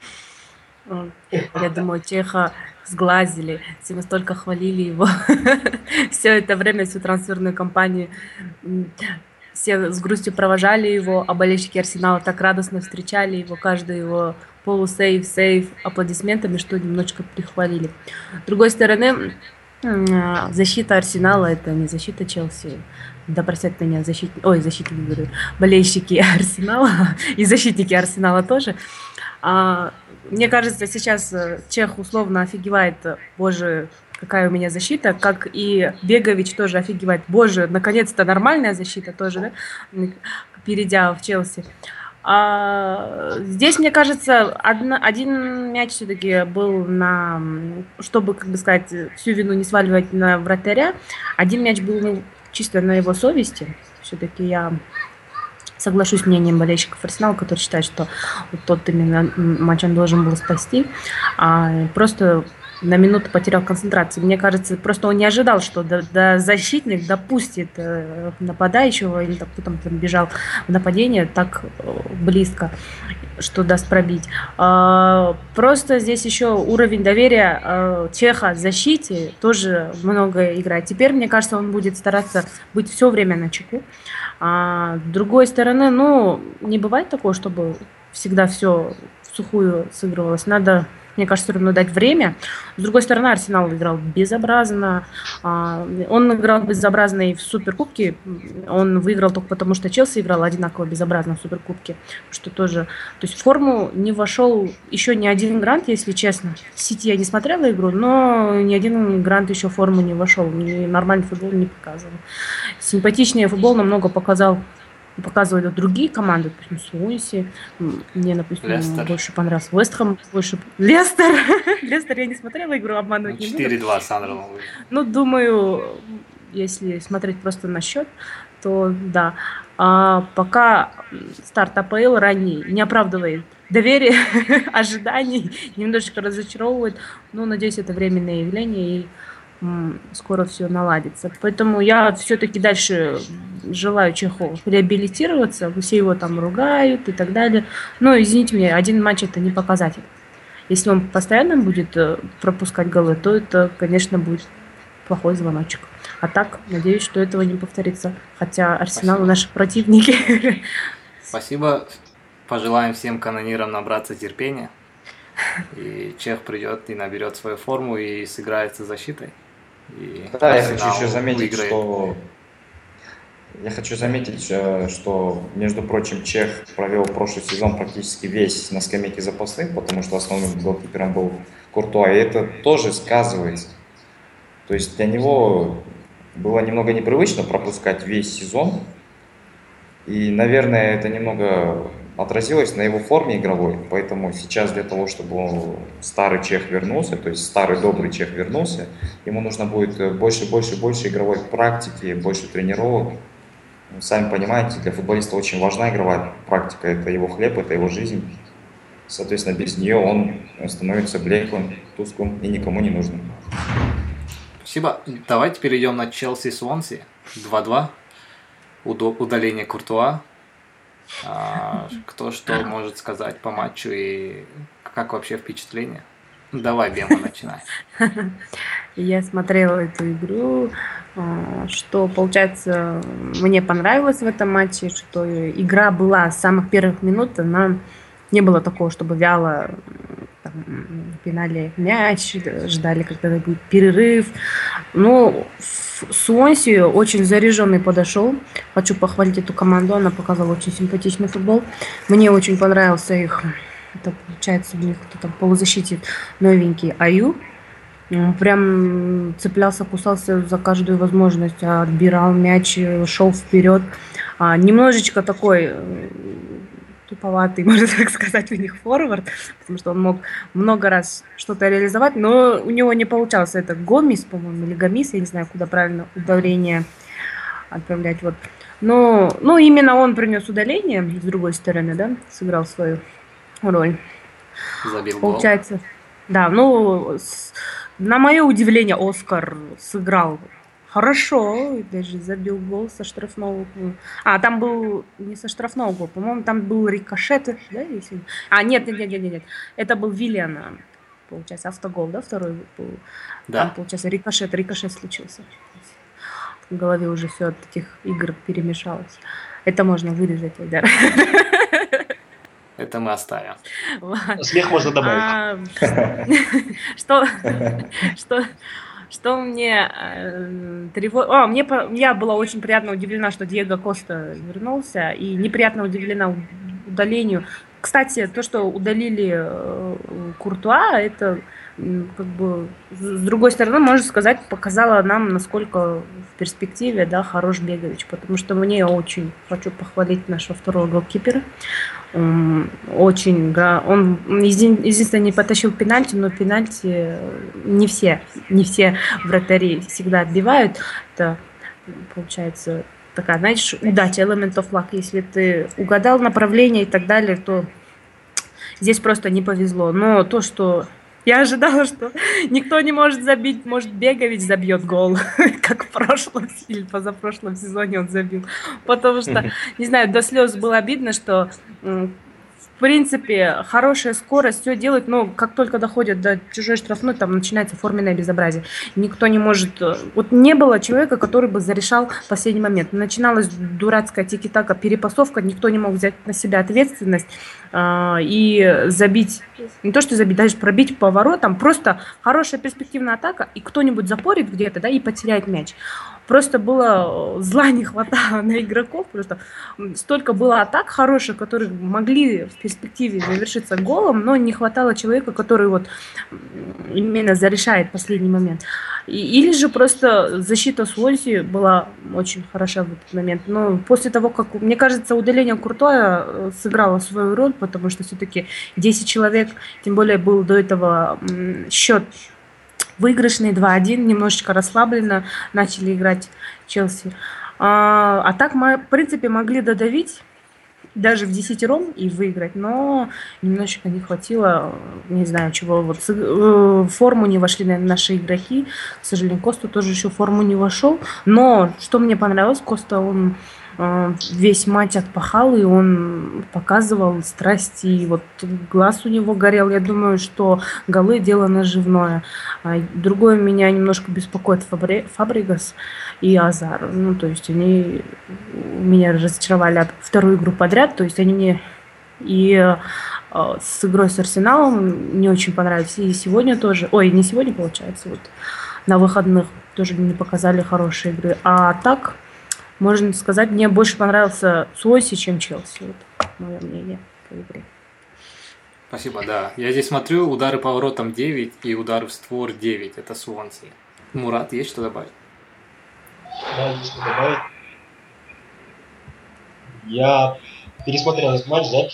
Я думаю, Чеха сглазили. Все настолько хвалили его все это время, всю трансферную кампанию. Все с грустью провожали его, а болельщики Арсенала так радостно встречали его, каждый его полусейв, сейв аплодисментами, что немножечко прихвалили. С другой стороны, защита Арсенала — это не защита Челси. Да простят меня защитники, ой, защитники, говорю, болельщики Арсенала и защитники Арсенала тоже. А, мне кажется, сейчас Чех условно офигевает: боже, какая у меня защита, как и Бегович тоже офигевает: боже, наконец-то нормальная защита тоже, да, перейдя в Челси. А здесь, мне кажется, одна, один мяч все-таки был на, чтобы, как бы сказать, всю вину не сваливать на вратаря, один мяч был ну, чисто на его совести. Все-таки я соглашусь с мнением болельщиков Арсенала, которые считают, что вот тот именно матч он должен был спасти, а просто на минуту потерял концентрацию. Мне кажется, просто он не ожидал, что до, до защитник допустит э, нападающего, или кто там, там бежал в нападение так близко, что даст пробить. А, просто здесь еще уровень доверия а, Чеха в защите тоже много играет. Теперь, мне кажется, он будет стараться быть все время на чеку. А, с другой стороны, ну, не бывает такого, чтобы всегда все в сухую сыгрывалось. Надо, мне кажется, все равно дать время. С другой стороны, Арсенал играл безобразно. Он играл безобразно и в Суперкубке. Он выиграл только потому, что Челси играл одинаково безобразно в Суперкубке. Что тоже... То есть в форму не вошел еще ни один грант, если честно. В Сити я не смотрела игру, но ни один грант еще в форму не вошел. Нормальный футбол не показывал. Симпатичнее футбол намного показал показывают другие команды, допустим, Суонси. Мне, допустим, Лестер. Больше понравился Вест Хэм, больше Лестер. Лестер я не смотрела игру, обманывать не буду. четыре-два Сандерленд. Ну, думаю, если смотреть просто на счет, то да. А пока старт АПЛ ранний не оправдывает доверие, ожиданий, немножечко разочаровывает. Но, надеюсь, это временное явление, и скоро все наладится. Поэтому я все-таки дальше желаю Чеху реабилитироваться. Все его там ругают и так далее. Но, извините меня, один матч — это не показатель. Если он постоянно будет пропускать голы, то это, конечно, будет плохой звоночек. А так, надеюсь, что этого не повторится. Хотя Арсенал — наши противники. Спасибо. Пожелаем всем канонирам набраться терпения. И Чех придет и наберет свою форму и сыграется защитой. И да, я хочу еще заметить, выиграет. что я хочу заметить, что, между прочим, Чех провел прошлый сезон практически весь на скамейке запасных, потому что основным голкипером был Куртуа, и это тоже сказывается. То есть для него было немного непривычно пропускать весь сезон, и, наверное, это немного отразилось на его форме игровой. Поэтому сейчас для того, чтобы старый чех вернулся, то есть старый добрый чех вернулся, ему нужно будет больше, больше, больше игровой практики, больше тренировок. Сами понимаете, для футболиста очень важна игровая практика, это его хлеб, это его жизнь. Соответственно, без нее он становится блеклым, тусклым и никому не нужным. Спасибо. Давайте перейдем на Челси Свонси. два-два. Удаление Куртуа. А, кто что может сказать по матчу и как вообще впечатление? Давай, Бема, начинай. Я смотрела эту игру, что, получается, мне понравилось в этом матче, что игра была с самых первых минут, она не было такого, чтобы вяло там, пинали мяч, ждали, когда будет перерыв. Ну, Суонси очень заряженный подошел. Хочу похвалить эту команду, она показала очень симпатичный футбол. Мне очень понравился их, это получается у них кто там в полузащите новенький Аю. Прям цеплялся, кусался за каждую возможность, отбирал мяч, шел вперед. А, немножечко такой туповатый, можно так сказать, у них форвард, потому что он мог много раз что-то реализовать, но у него не получалось. Это Гомес, по-моему, или Гомес, я не знаю, куда правильно удаление отправлять. Вот. Но, ну, именно он принес удаление, с другой стороны, да, сыграл свою роль. Забил Получается, гол. Да, ну, с, на мое удивление, Оскар сыграл хорошо, даже забил гол со штрафного. А, там был не со штрафного гол, по-моему, там был рикошет, да, если... А, нет, нет, нет, нет, нет, это был Виллиан, получается, автогол, да, второй был. Да. Там, получается, рикошет, рикошет случился. В голове уже все от этих игр перемешалось. Это можно вырезать, да. Это мы оставим. Смех можно добавить. Что... Что... Что мне э, тревожно... О, мне по... Я была очень приятно удивлена, что Диего Коста вернулся, и неприятно удивлена удалению. Кстати, то, что удалили э, Куртуа, это э, как бы с другой стороны, можно сказать, показало нам, насколько в перспективе, да, хорош Бегович, потому что мне очень хочу похвалить нашего второго голкипера. Очень, он единственное не потащил пенальти, но пенальти не все, не все вратари всегда отбивают. Это получается такая, знаешь, удача, element of luck. Если ты угадал направление и так далее, то здесь просто не повезло. Но то, что я ожидала, что никто не может забить, может, Бегович забьет гол, как в прошлом или позапрошлом сезоне он забил. Потому что, не знаю, до слез было обидно, что в принципе хорошая скорость, все делают, но как только доходят до чужой штрафной, там начинается форменное безобразие. Никто не может... Вот не было человека, который бы зарешал в последний момент. Начиналась дурацкая тики-така, перепасовка, никто не мог взять на себя ответственность э, и забить, не то что забить, даже пробить по воротам, просто хорошая перспективная атака, и кто-нибудь запорит где-то, да, и потеряет мяч. Просто было, зла не хватало на игроков, просто столько было атак хороших, которые могли в перспективе завершиться голом, но не хватало человека, который вот именно зарешает последний момент. И, или же просто защита Суонси была очень хороша в этот момент. Но после того, как, мне кажется, удаление Куртуа сыграло свою роль, потому что все-таки десять человек, тем более был до этого счет выигрышный два-один, немножечко расслабленно начали играть Челси. А, а так мы, в принципе, могли додавить даже в десятером и выиграть, но немножечко не хватило, не знаю чего, вот в форму не вошли, наверное, наши игроки. К сожалению, Коста тоже еще в форму не вошел, но что мне понравилось, Коста, он весь матч отпахал, и он показывал страсть, и вот глаз у него горел. Я думаю, что голы — дело наживное. А другое меня немножко беспокоит Фабре, Фабригас и Азар. Ну, то есть они меня разочаровали вторую игру подряд, то есть они мне и э, с игрой с Арсеналом не очень понравились, и сегодня тоже, ой, не сегодня, получается, вот на выходных тоже не показали хорошие игры. А так, можно сказать, мне больше понравился Суонси, чем Челси. Вот мое мнение по игре. Спасибо, да. Я здесь смотрю, удары по воротам девять и удары в створ девять. Это Суонси. Мурат, есть что добавить? Да, есть что добавить. Я пересмотрел этот матч, да,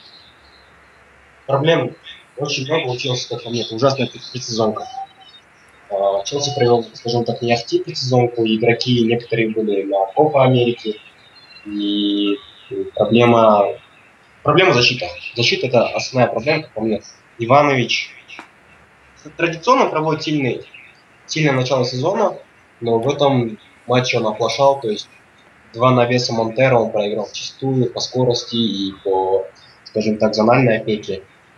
проблем очень много у Челси, как по мне, это ужасная предсезонка. А, Челси провел, скажем так, не ахти предсезонку, игроки некоторые были на Копа Америки, и проблема, проблема защиты. Защита – это основная проблема, как по мне. Иванович традиционно проводит сильный, сильное начало сезона, но в этом матче он оплошал, то есть два навеса Монтеро он проиграл вчистую по скорости и по, скажем так, зональной опеке.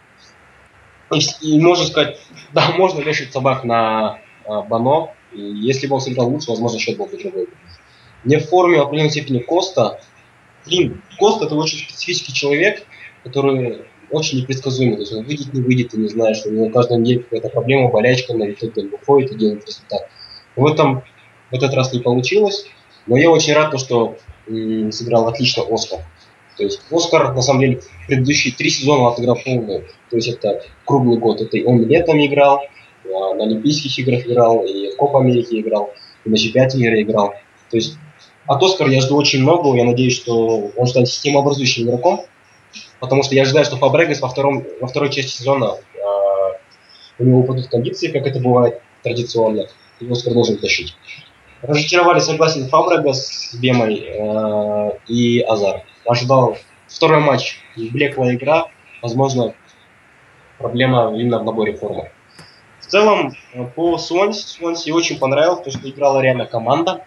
И, и можно сказать, да, можно вешать собак на а, Бано, и если бы он сыграл лучше, возможно, счет был бы другой. Не в форме в определенной степени Коста. Блин, Коста – это очень специфический человек, который очень непредсказуемый. То есть он выйдет, не выйдет, ты не знаешь, у него каждый день какая-то проблема, болячка, на итоге он выходит и делает результат. В этом в этот раз не получилось, но я очень рад, что м, сыграл отлично Оскар. То есть Оскар, на самом деле, предыдущие три сезона отыграл полную. То есть это круглый год. Это он летом играл, на Олимпийских играх играл, и в Копа Америки играл, и на чемпионате мира играл. То есть от Оскара я жду очень много. Я надеюсь, что он станет системообразующим игроком. Потому что я ожидаю, что Фабрегас во, втором, во второй части сезона э, у него упадут кондиции, как это бывает традиционно, и Оскар должен тащить. Разочаровали, согласен, Фабрегас с Бемой э, и Азар. Ожидал второй матч, блеклая игра, возможно, проблема именно в наборе формы. В целом, по Суонси, Суонси очень понравилось, потому что играла реально команда,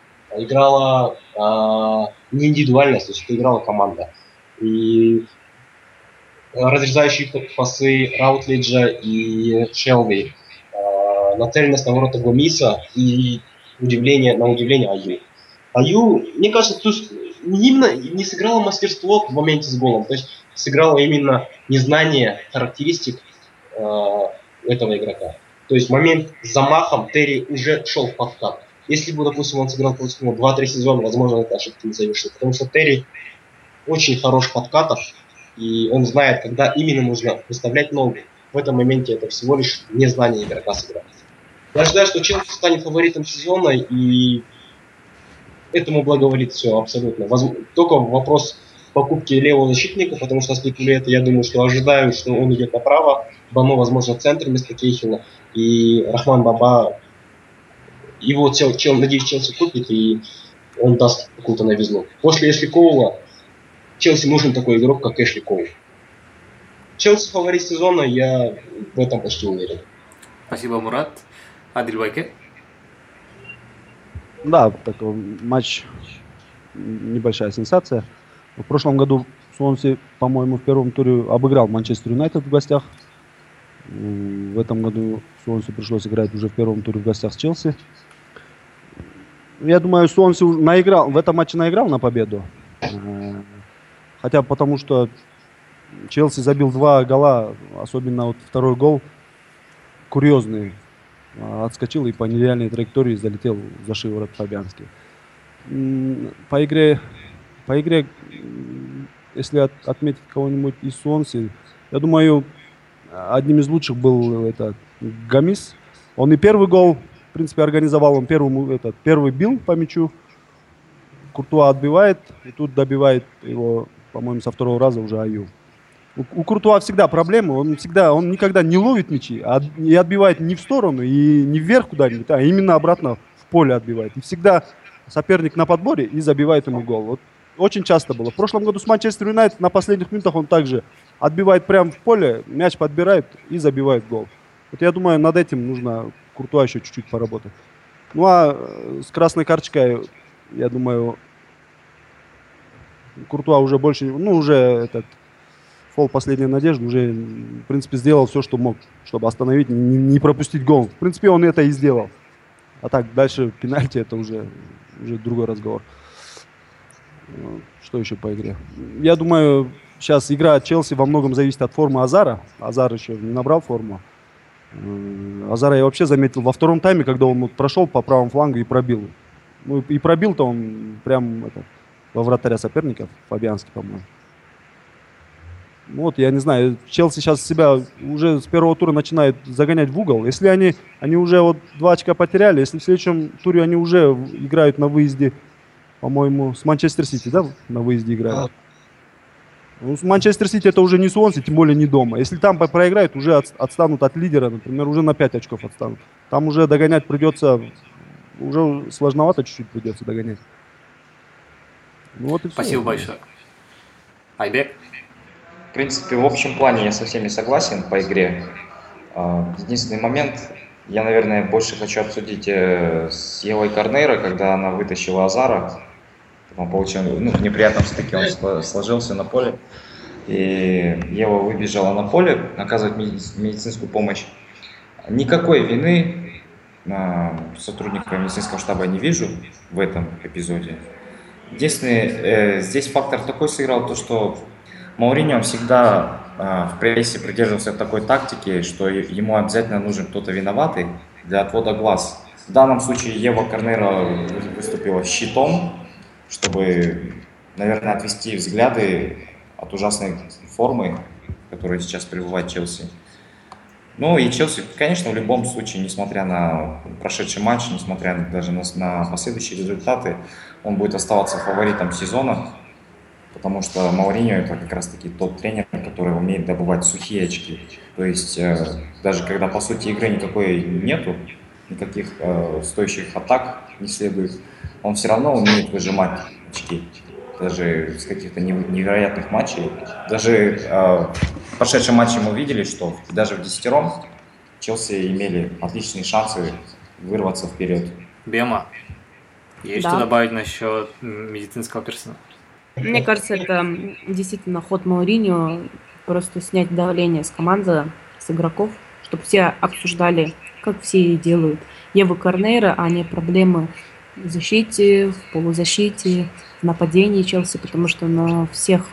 играла э, не индивидуальность, то есть играла команда. И разрезающие пасы Раутлиджа и Шелби, э, нацеленность на ворота Гомиса и удивление, на удивление Аю. Аю, мне кажется, тут именно не сыграло мастерство в моменте с голом, то есть сыграло именно незнание характеристик э, этого игрока. То есть в момент с замахом Терри уже шел в подкат. Если бы, допустим, он сыграл против него два-три сезона, возможно, эта ошибка не совершил. Потому что Терри очень хорош в подкатах, и он знает, когда именно нужно выставлять ногу. В этом моменте это всего лишь незнание игрока сыграть. Я ожидаю, что Челси станет фаворитом сезона, и этому благоволит все абсолютно. Только вопрос покупки левого защитника, потому что спекулирует, я думаю, что ожидаю, что он идет направо, Бано, возможно, в центр вместо Кейхила, и Рахман Баба, его, чел, чел, надеюсь, Челси купит, и он даст какую-то новизну. После Эшли Коула Челси нужен такой игрок, как Эшли Коул. Челси фаворит сезона, я в этом почти уверен. Спасибо, Мурат. Адель Байке? Да, такой матч, небольшая сенсация. В прошлом году Суонси, по-моему, в первом туре обыграл Манчестер Юнайтед в гостях. В этом году Суонси пришлось играть уже в первом туре в гостях с Челси. Я думаю, Суонси наиграл, в этом матче наиграл на победу. Хотя потому что Челси забил два гола, особенно вот второй гол курьезный. Отскочил и по нереальной траектории залетел за шиворот Фабианский. По игре, по игре, если от, отметить кого-нибудь из Суонси, я думаю, одним из лучших был этот Гомис. Он и первый гол, в принципе, организовал. Он первый, этот, первый бил по мячу. Куртуа отбивает, и тут добивает его, по-моему, со второго раза уже Аю. У, у Куртуа всегда проблемы, он всегда, он никогда не ловит мячи, а и отбивает не в сторону, и не вверх куда-нибудь, а именно обратно в поле отбивает. И всегда соперник на подборе и забивает ему гол. Вот очень часто было. В прошлом году с Манчестер Юнайтед на последних минутах он также отбивает прямо в поле, мяч подбирает и забивает гол. Вот я думаю, над этим нужно Куртуа еще чуть-чуть поработать. Ну а с красной карточкой, я думаю, Куртуа уже больше, ну уже этот фол последней надежды, уже в принципе сделал все, что мог, чтобы остановить, не, не пропустить гол. В принципе, он это и сделал. А так, дальше пенальти, это уже, уже другой разговор. Что еще по игре? Я думаю, сейчас игра Челси во многом зависит от формы Азара. Азар еще не набрал форму. Азара я вообще заметил во втором тайме, когда он вот прошел по правому флангу и пробил. Ну и пробил-то он прям это, во вратаря соперников, Фабианский, по-моему. Вот, я не знаю, Челси сейчас себя уже с первого тура начинает загонять в угол. Если они, они уже вот два очка потеряли, если в следующем туре они уже играют на выезде, по-моему, с Манчестер Сити, да, на выезде играют? Ну, Манчестер Сити это уже не Суонси, тем более не дома. Если там проиграют, уже от, отстанут от лидера, например, уже на пять очков отстанут. Там уже догонять придется, уже сложновато чуть-чуть придется догонять. Ну, вот и все. Спасибо большое. Айбек? В принципе, в общем плане я со всеми согласен по игре. Единственный момент, я, наверное, больше хочу обсудить с Евой Корнейро, когда она вытащила Азара. Он получил, ну, в неприятном стыке он сложился на поле. И Ева выбежала на поле оказывать медицинскую помощь. Никакой вины сотрудника медицинского штаба не вижу в этом эпизоде. Единственный э, здесь фактор такой сыграл, то что Мауриньо всегда э, в прессе придерживался такой тактики, что ему обязательно нужен кто-то виноватый для отвода глаз. В данном случае Ева Корнейро выступила щитом, чтобы, наверное, отвести взгляды от ужасной формы, в которой сейчас пребывает Челси. Ну и Челси, конечно, в любом случае, несмотря на прошедший матч, несмотря даже на, на последующие результаты, он будет оставаться фаворитом сезона, потому что Мауриньо это как раз-таки тот тренер, который умеет добывать сухие очки. То есть э, даже когда по сути игры никакой нету, никаких э, стоящих атак не следует, он все равно умеет выжимать очки. Даже с каких-то невероятных матчей. Даже э, в прошедшем матче мы видели, что даже в десятером Челси имели отличные шансы вырваться вперед. Бема, есть Да. что добавить насчет медицинского персонала? Мне кажется, это действительно ход Мауриньо, просто снять давление с команды, с игроков, чтобы все обсуждали, как все и делают. Еву Корнейро, а не проблемы в защите, в полузащите, в нападении Челси, потому что на всех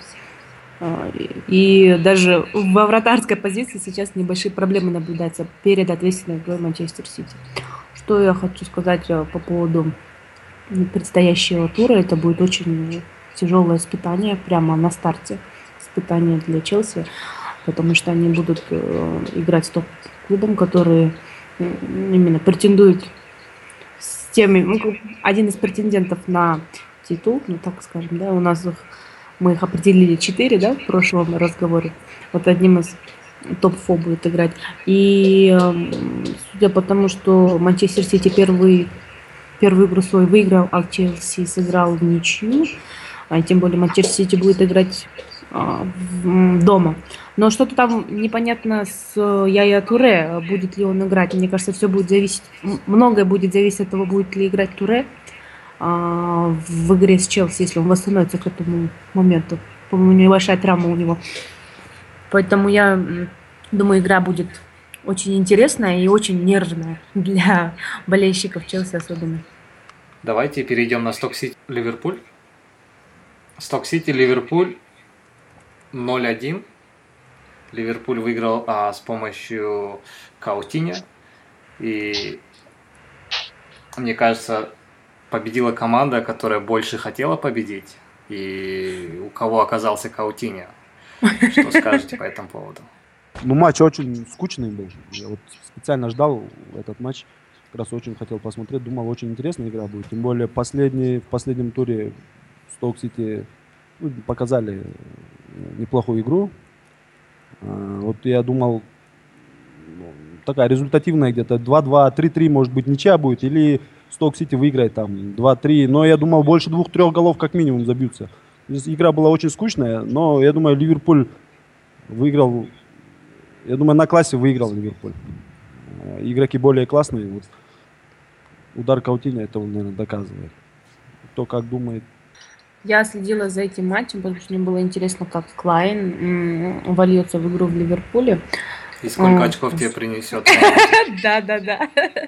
э, и даже во вратарской позиции сейчас небольшие проблемы наблюдаются перед ответственной игрой Манчестер Сити. Что я хочу сказать э, по поводу предстоящего тура, это будет очень тяжелое испытание прямо на старте, испытание для Челси, потому что они будут э, играть с топ-клубом, который э, именно претендует с теми, ну, один из претендентов на титул, ну так скажем, да, у нас их, мы их определили четыре, да, в прошлом разговоре, вот одним из топ-фо будет играть, и э, судя по тому, что Манчестер Сити первый Первую игру свой выиграл, а Челси сыграл в ничью. А тем более Манчестер Сити будет играть а, в, дома. Но что-то там непонятно с Яя Туре. Будет ли он играть? Мне кажется, все будет зависеть. Многое будет зависеть от того, будет ли играть Туре а, в игре с Челси, если он восстановится к этому моменту. По-моему, небольшая травма у него. Поэтому я думаю, игра будет очень интересная и очень нервная для болельщиков Челси особенно. Давайте перейдем на Сток-Сити Ливерпуль. Сток-Сити Ливерпуль ноль один. Ливерпуль выиграл а, с помощью Каутиньо. И мне кажется, победила команда, которая больше хотела победить. И у кого оказался Каутиньо. Что скажете по этому поводу? Ну, матч очень скучный был. Я вот специально ждал этот матч. Как раз очень хотел посмотреть. Думал, очень интересная игра будет. Тем более последний, в последнем туре Сток-Сити ну, показали неплохую игру. Вот я думал, такая результативная где-то два-два, три-три, может быть, ничья будет. Или Сток-Сити выиграет там два-три. Но я думал, больше двух-трех голов как минимум забьются. Игра была очень скучная. Но я думаю, Ливерпуль выиграл. Я думаю, на классе выиграл Ливерпуль. Игроки более классные. Вот. Удар Каутиньо это он, наверное, доказывает. Кто как думает. Я следила за этим матчем, потому что мне было интересно, как Клайн м, вольется в игру в Ливерпуле. И сколько А, очков тебе принесет? Да, да, да.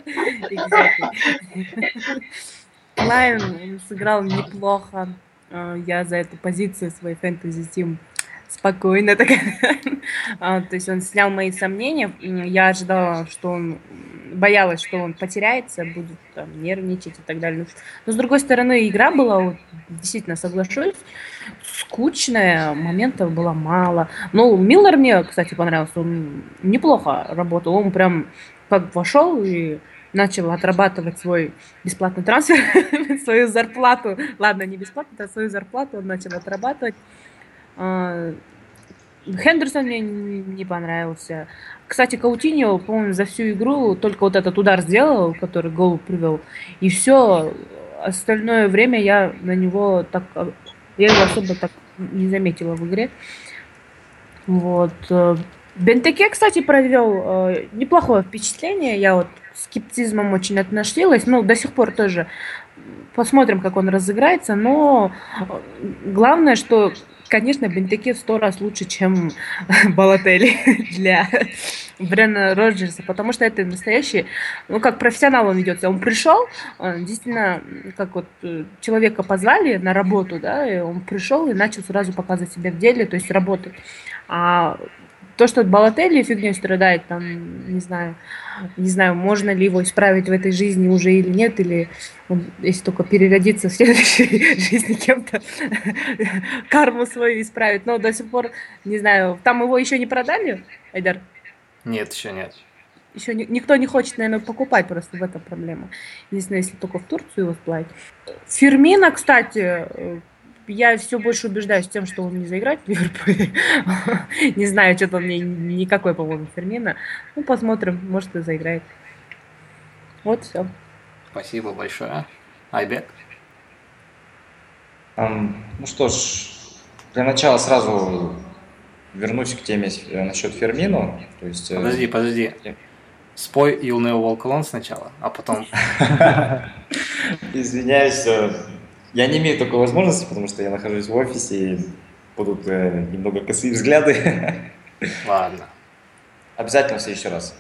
Клайн сыграл неплохо. А, Я за эту позицию свой фэнтези-тим спокойно так. А, То есть он снял мои сомнения. М, Я ожидала, что он боялась, что он потеряется, будет там, нервничать и так далее. Но с другой стороны, игра была, вот, действительно, соглашусь, скучная, моментов было мало. Ну, Миллер мне, кстати, понравился, он неплохо работал, он прям как вошел и начал отрабатывать свой бесплатный трансфер, свою зарплату, ладно, не бесплатно, а свою зарплату он начал отрабатывать. Хендерсон мне не понравился. Кстати, Каутиньо, по-моему, за всю игру только вот этот удар сделал, который гол привел. И все. Остальное время я на него так... Я его особо так не заметила в игре. Вот. Бентеке, кстати, провел э, неплохое впечатление. Я вот с скептизмом очень относилась. Ну, до сих пор тоже. Посмотрим, как он разыграется. Но главное, что, конечно, Бентеке в сто раз лучше, чем Балотелли для Бренна Роджерса. Потому что это настоящий... Ну, как профессионал он ведется. Он пришел, он действительно, как вот человека позвали на работу, да, и он пришел и начал сразу показывать себя в деле, то есть работать. А то, что Балотелли фигней страдает, там, не знаю, не знаю, можно ли его исправить в этой жизни уже или нет, или он, если только переродится в следующей жизни кем-то, карму свою исправит. Но до сих пор, не знаю, там его еще не продали, Айдар? Нет, еще нет. Еще ни, никто не хочет, наверное, покупать, просто в этом проблема. Единственное, если только в Турцию его сплавить. Фермино, кстати... Я все больше убеждаюсь в том, что он не заиграет в Ливерпуле. Не знаю, что-то мне никакой, по-моему, Фермино. Ну, посмотрим, может, и заиграет. Вот все. Спасибо большое. Айбек? Um, ну что ж, для начала сразу вернусь к теме насчет Фермино. То есть, подожди, подожди. Спой You'll Never Walk Alone сначала, а потом... Извиняюсь, я не имею такой возможности, потому что я нахожусь в офисе, и будут э, немного косые взгляды. Ладно. Обязательно в следующий раз.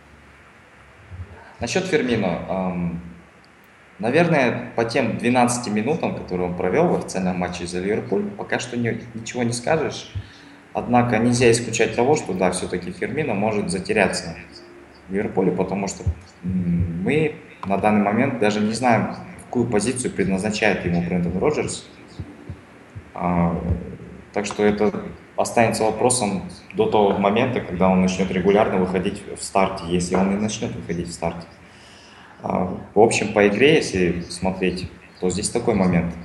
Насчет Фермино. Эм, наверное, по тем двенадцати минутам, которые он провел в официальном матче за Ливерпуль, пока что не, ничего не скажешь. Однако нельзя исключать того, что да, все-таки Фермино может затеряться в Ливерпуле, потому что мы на данный момент даже не знаем, какую позицию предназначает ему Брендан Роджерс. А, так что это останется вопросом до того момента, когда он начнет регулярно выходить в старте, если он и начнет выходить в старте. А, в общем, по игре, если смотреть, то здесь такой момент.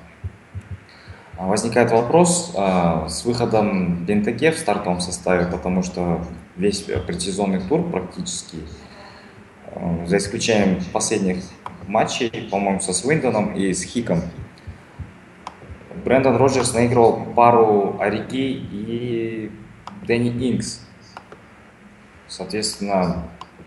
А, возникает вопрос а, с выходом Бентеке в стартовом составе, потому что весь предсезонный тур практически, а, за исключением последних матчей, по-моему, со Свиндоном и с Хиком, Брендан Роджерс наиграл пару Ориги и Дэнни Инкс. Соответственно,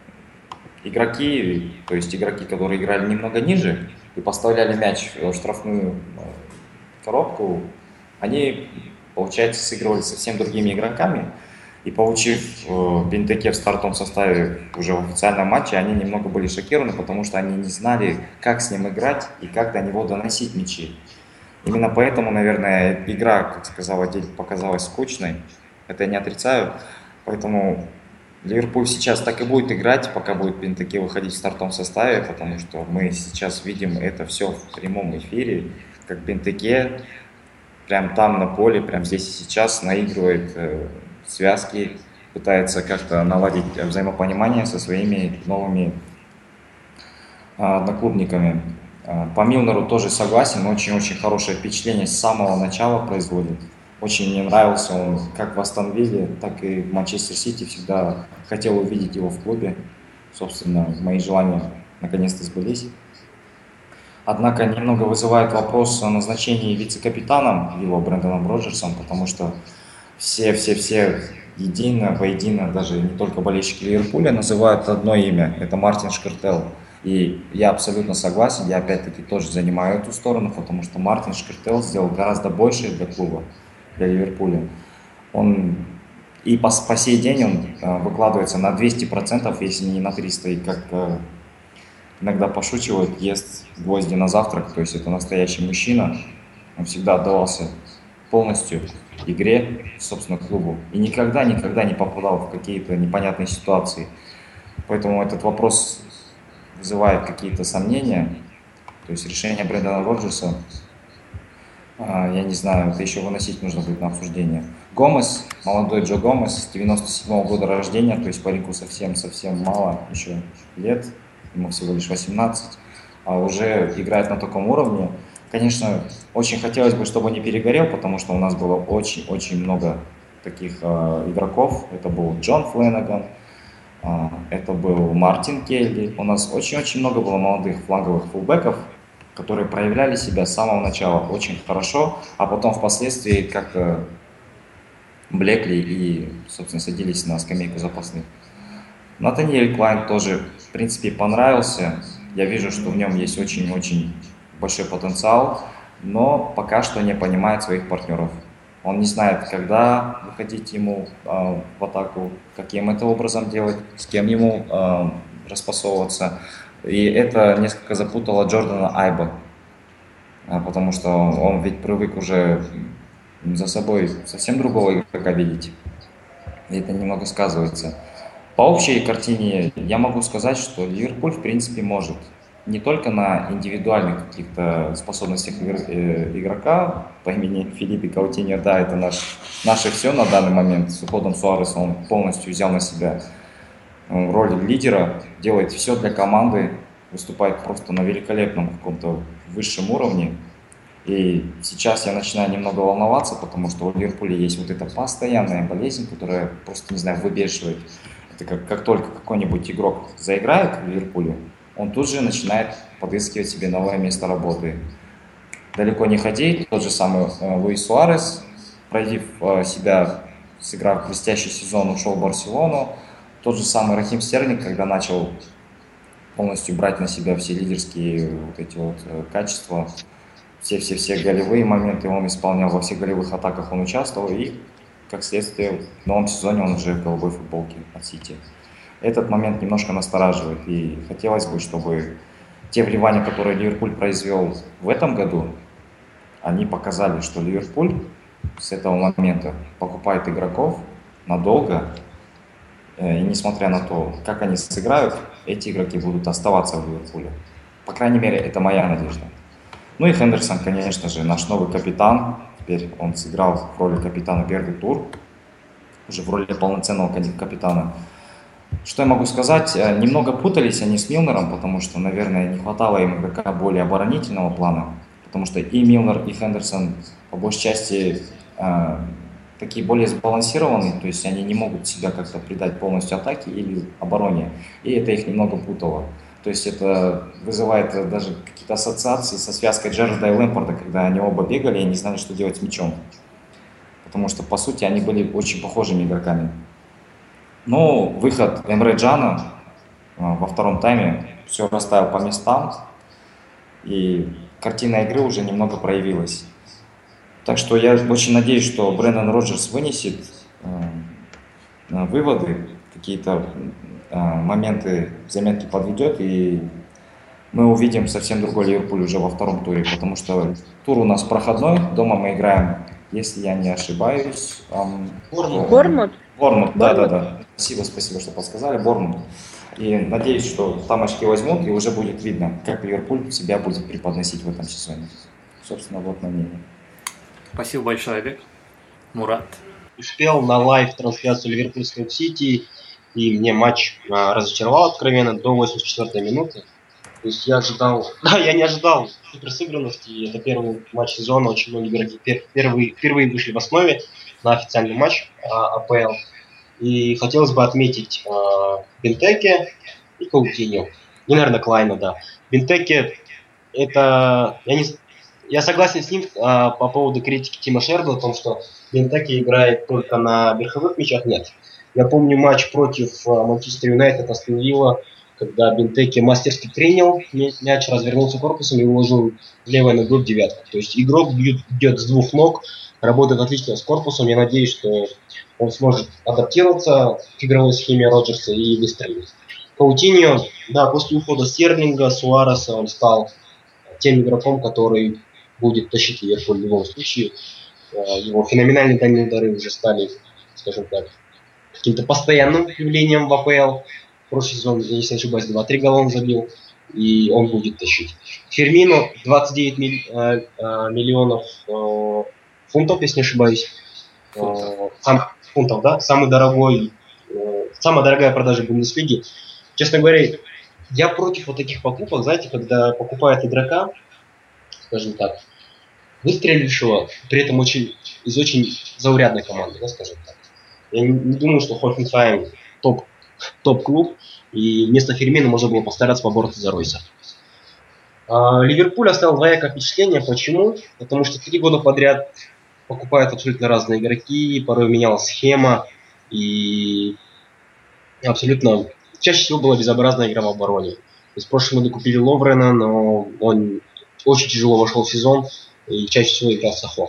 игроки, то есть игроки, которые играли немного ниже и поставляли мяч в штрафную коробку, они, получается, сыгрывали совсем другими игроками. И получив э, Бентеке в стартовом составе уже в официальном матче, они немного были шокированы, потому что они не знали, как с ним играть и как до него доносить мячи. Именно поэтому, наверное, игра, как сказал Адель, показалась скучной. Это я не отрицаю. Поэтому Ливерпуль сейчас так и будет играть, пока будет Бентеке выходить в стартовом составе, потому что мы сейчас видим это все в прямом эфире, как Бентеке прям там на поле, прям здесь и сейчас наигрывает э, связки, пытается как-то наладить взаимопонимание со своими новыми а, одноклубниками. А, по Милнеру тоже согласен, очень-очень хорошее впечатление с самого начала производит. Очень мне нравился он как в Астон Вилле, так и в Манчестер Сити. Всегда хотел увидеть его в клубе. Собственно, мои желания наконец-то сбылись. Однако немного вызывает вопрос о назначении вице-капитаном его Бренданом Роджерсом, потому что все-все-все едино, воедино, даже не только болельщики Ливерпуля называют одно имя, это Мартин Шкиртел. И я абсолютно согласен, я опять-таки тоже занимаю эту сторону, потому что Мартин Шкиртел сделал гораздо больше для клуба, для Ливерпуля. Он и по, по сей день он э, выкладывается на двести процентов, если не на триста, и как э, иногда пошучивают, ест гвозди на завтрак, то есть это настоящий мужчина, он всегда отдавался полностью игре, собственно, клубу. И никогда-никогда не попадал в какие-то непонятные ситуации. Поэтому этот вопрос вызывает какие-то сомнения. То есть решение Брендана Роджерса, я не знаю, это еще выносить нужно будет на обсуждение. Гомес, молодой Джо Гомес, девяносто седьмого года рождения, то есть пареньку совсем-совсем мало еще лет, ему всего лишь восемнадцать, а уже играет на таком уровне. Конечно, очень хотелось бы, чтобы не перегорел, потому что у нас было очень-очень много таких э, игроков. Это был Джон Фленаган, э, это был Мартин Келли. У нас очень-очень много было молодых фланговых фулбеков, которые проявляли себя с самого начала очень хорошо, а потом впоследствии как-то блекли и, собственно, садились на скамейку запасных. Натаниэль Клайн тоже, в принципе, понравился. Я вижу, что в нем есть очень-очень большой потенциал, но пока что не понимает своих партнеров. Он не знает, когда выходить ему э, в атаку, каким это образом делать, с кем ему э, распасовываться. И это несколько запутало Джордана Айба, потому что он ведь привык уже за собой совсем другого игрока видеть. И это немного сказывается. По общей картине я могу сказать, что Ливерпуль в принципе может не только на индивидуальных каких-то способностях игрока по имени Филиппе Каутиньо, да, это наш, наше все на данный момент. С уходом Суареса он полностью взял на себя роль лидера, делает все для команды, выступает просто на великолепном каком-то высшем уровне. И сейчас я начинаю немного волноваться, потому что у Ливерпуля есть вот эта постоянная болезнь, которая просто, не знаю, выбешивает. Это как, как только какой-нибудь игрок заиграет в Ливерпуле, он тут же начинает подыскивать себе новое место работы. Далеко не ходить, тот же самый э, Луис Суарес, проявив э, себя, сыграв блестящий сезон, ушел в Барселону. Тот же самый Рахим Стерлинг, когда начал полностью брать на себя все лидерские вот эти вот э, качества, все-все-все голевые моменты он исполнял, во всех голевых атаках он участвовал, и, как следствие, в новом сезоне он уже в голубой футболке от Сити. Этот момент немножко настораживает, и хотелось бы, чтобы те вливания, которые Ливерпуль произвел в этом году, они показали, что Ливерпуль с этого момента покупает игроков надолго, и несмотря на то, как они сыграют, эти игроки будут оставаться в Ливерпуле. По крайней мере, это моя надежда. Ну и Хендерсон, конечно же, наш новый капитан. Теперь он сыграл в роли капитана первый тур, уже в роли полноценного капитана. Что я могу сказать? Немного путались они с Милнером, потому что, наверное, не хватало им игрока более оборонительного плана, потому что и Милнер, и Хендерсон по большей части э, такие более сбалансированные, то есть они не могут себя как-то придать полностью атаке или обороне, и это их немного путало. То есть это вызывает даже какие-то ассоциации со связкой Джерарда и Лэмпарда, когда они оба бегали и не знали, что делать с мячом. Потому что, по сути, они были очень похожими игроками. Но выход Эмре Джана во втором тайме все расставил по местам, и картина игры уже немного проявилась. Так что я очень надеюсь, что Брендан Роджерс вынесет э, выводы, какие-то э, моменты, заметки подведет, и мы увидим совсем другой Ливерпуль уже во втором туре, потому что тур у нас проходной, дома мы играем, если я не ошибаюсь... Эм, Борнмут? Борнмут, да-да-да. Спасибо, спасибо, что подсказали, Борнмут. И надеюсь, что там очки возьмут, и уже будет видно, как Ливерпуль себя будет преподносить в этом сезоне. Собственно, вот мое мнение. Спасибо большое, Олег. Мурат. Успел на лайв-трансляцию Ливерпульского Сити, и мне матч а, разочаровал откровенно до восемьдесят четвёртой минуты. То есть я ожидал, да, я не ожидал суперсыгранности. Это первый матч сезона, очень многие игроки пер, первые, впервые вышли в основе на официальный матч а, АПЛ. И хотелось бы отметить а, Бентеке и Каутиньо. И, наверное, Клайна, да. Бентеке, это... Я, не, я согласен с ним а, по поводу критики Тима Шерда, о том, что Бентеке играет только на верховых мячах. Нет. Я помню матч против Манчестер Юнайтед, Астон Вилла, когда Бентеке мастерски принял мяч, развернулся корпусом и уложил левой ногой в девятку. То есть игрок бьет, бьет с двух ног, работает отлично с корпусом. Я надеюсь, что он сможет адаптироваться к игровой схеме Роджерса и выстрелить. Каутиньо, да, после ухода Стерлинга, Суареса, он стал тем игроком, который будет тащить Ливерпуль в любом случае. Его феноменальные дальние удары уже стали, скажем так, каким-то постоянным явлением в АПЛ. В прошлый сезон, если не ошибаюсь, два-три гола он забил, и он будет тащить. Фермино двадцать девять милли, э, э, миллионов э, фунтов, если не ошибаюсь. Э, сам, фунтов, да? Самый дорогой, э, самая дорогая продажа Бундеслиги. Честно говоря, я против вот таких покупок, знаете, когда покупают игрока, скажем так, выстрелившего, при этом очень, из очень заурядной команды, да, скажем так. Я не, не думаю, что Хофенхайм топ, топ-клуб, и вместо Фермина можно было постараться побороться за Ройса. А, Ливерпуль оставил двоякое впечатление. Почему? Потому что три года подряд покупают абсолютно разные игроки, порой менялась схема, и абсолютно чаще всего была безобразная игра в обороне. То есть в прошлом году купили Ловрена, но он очень тяжело вошел в сезон и чаще всего играл в Сахо.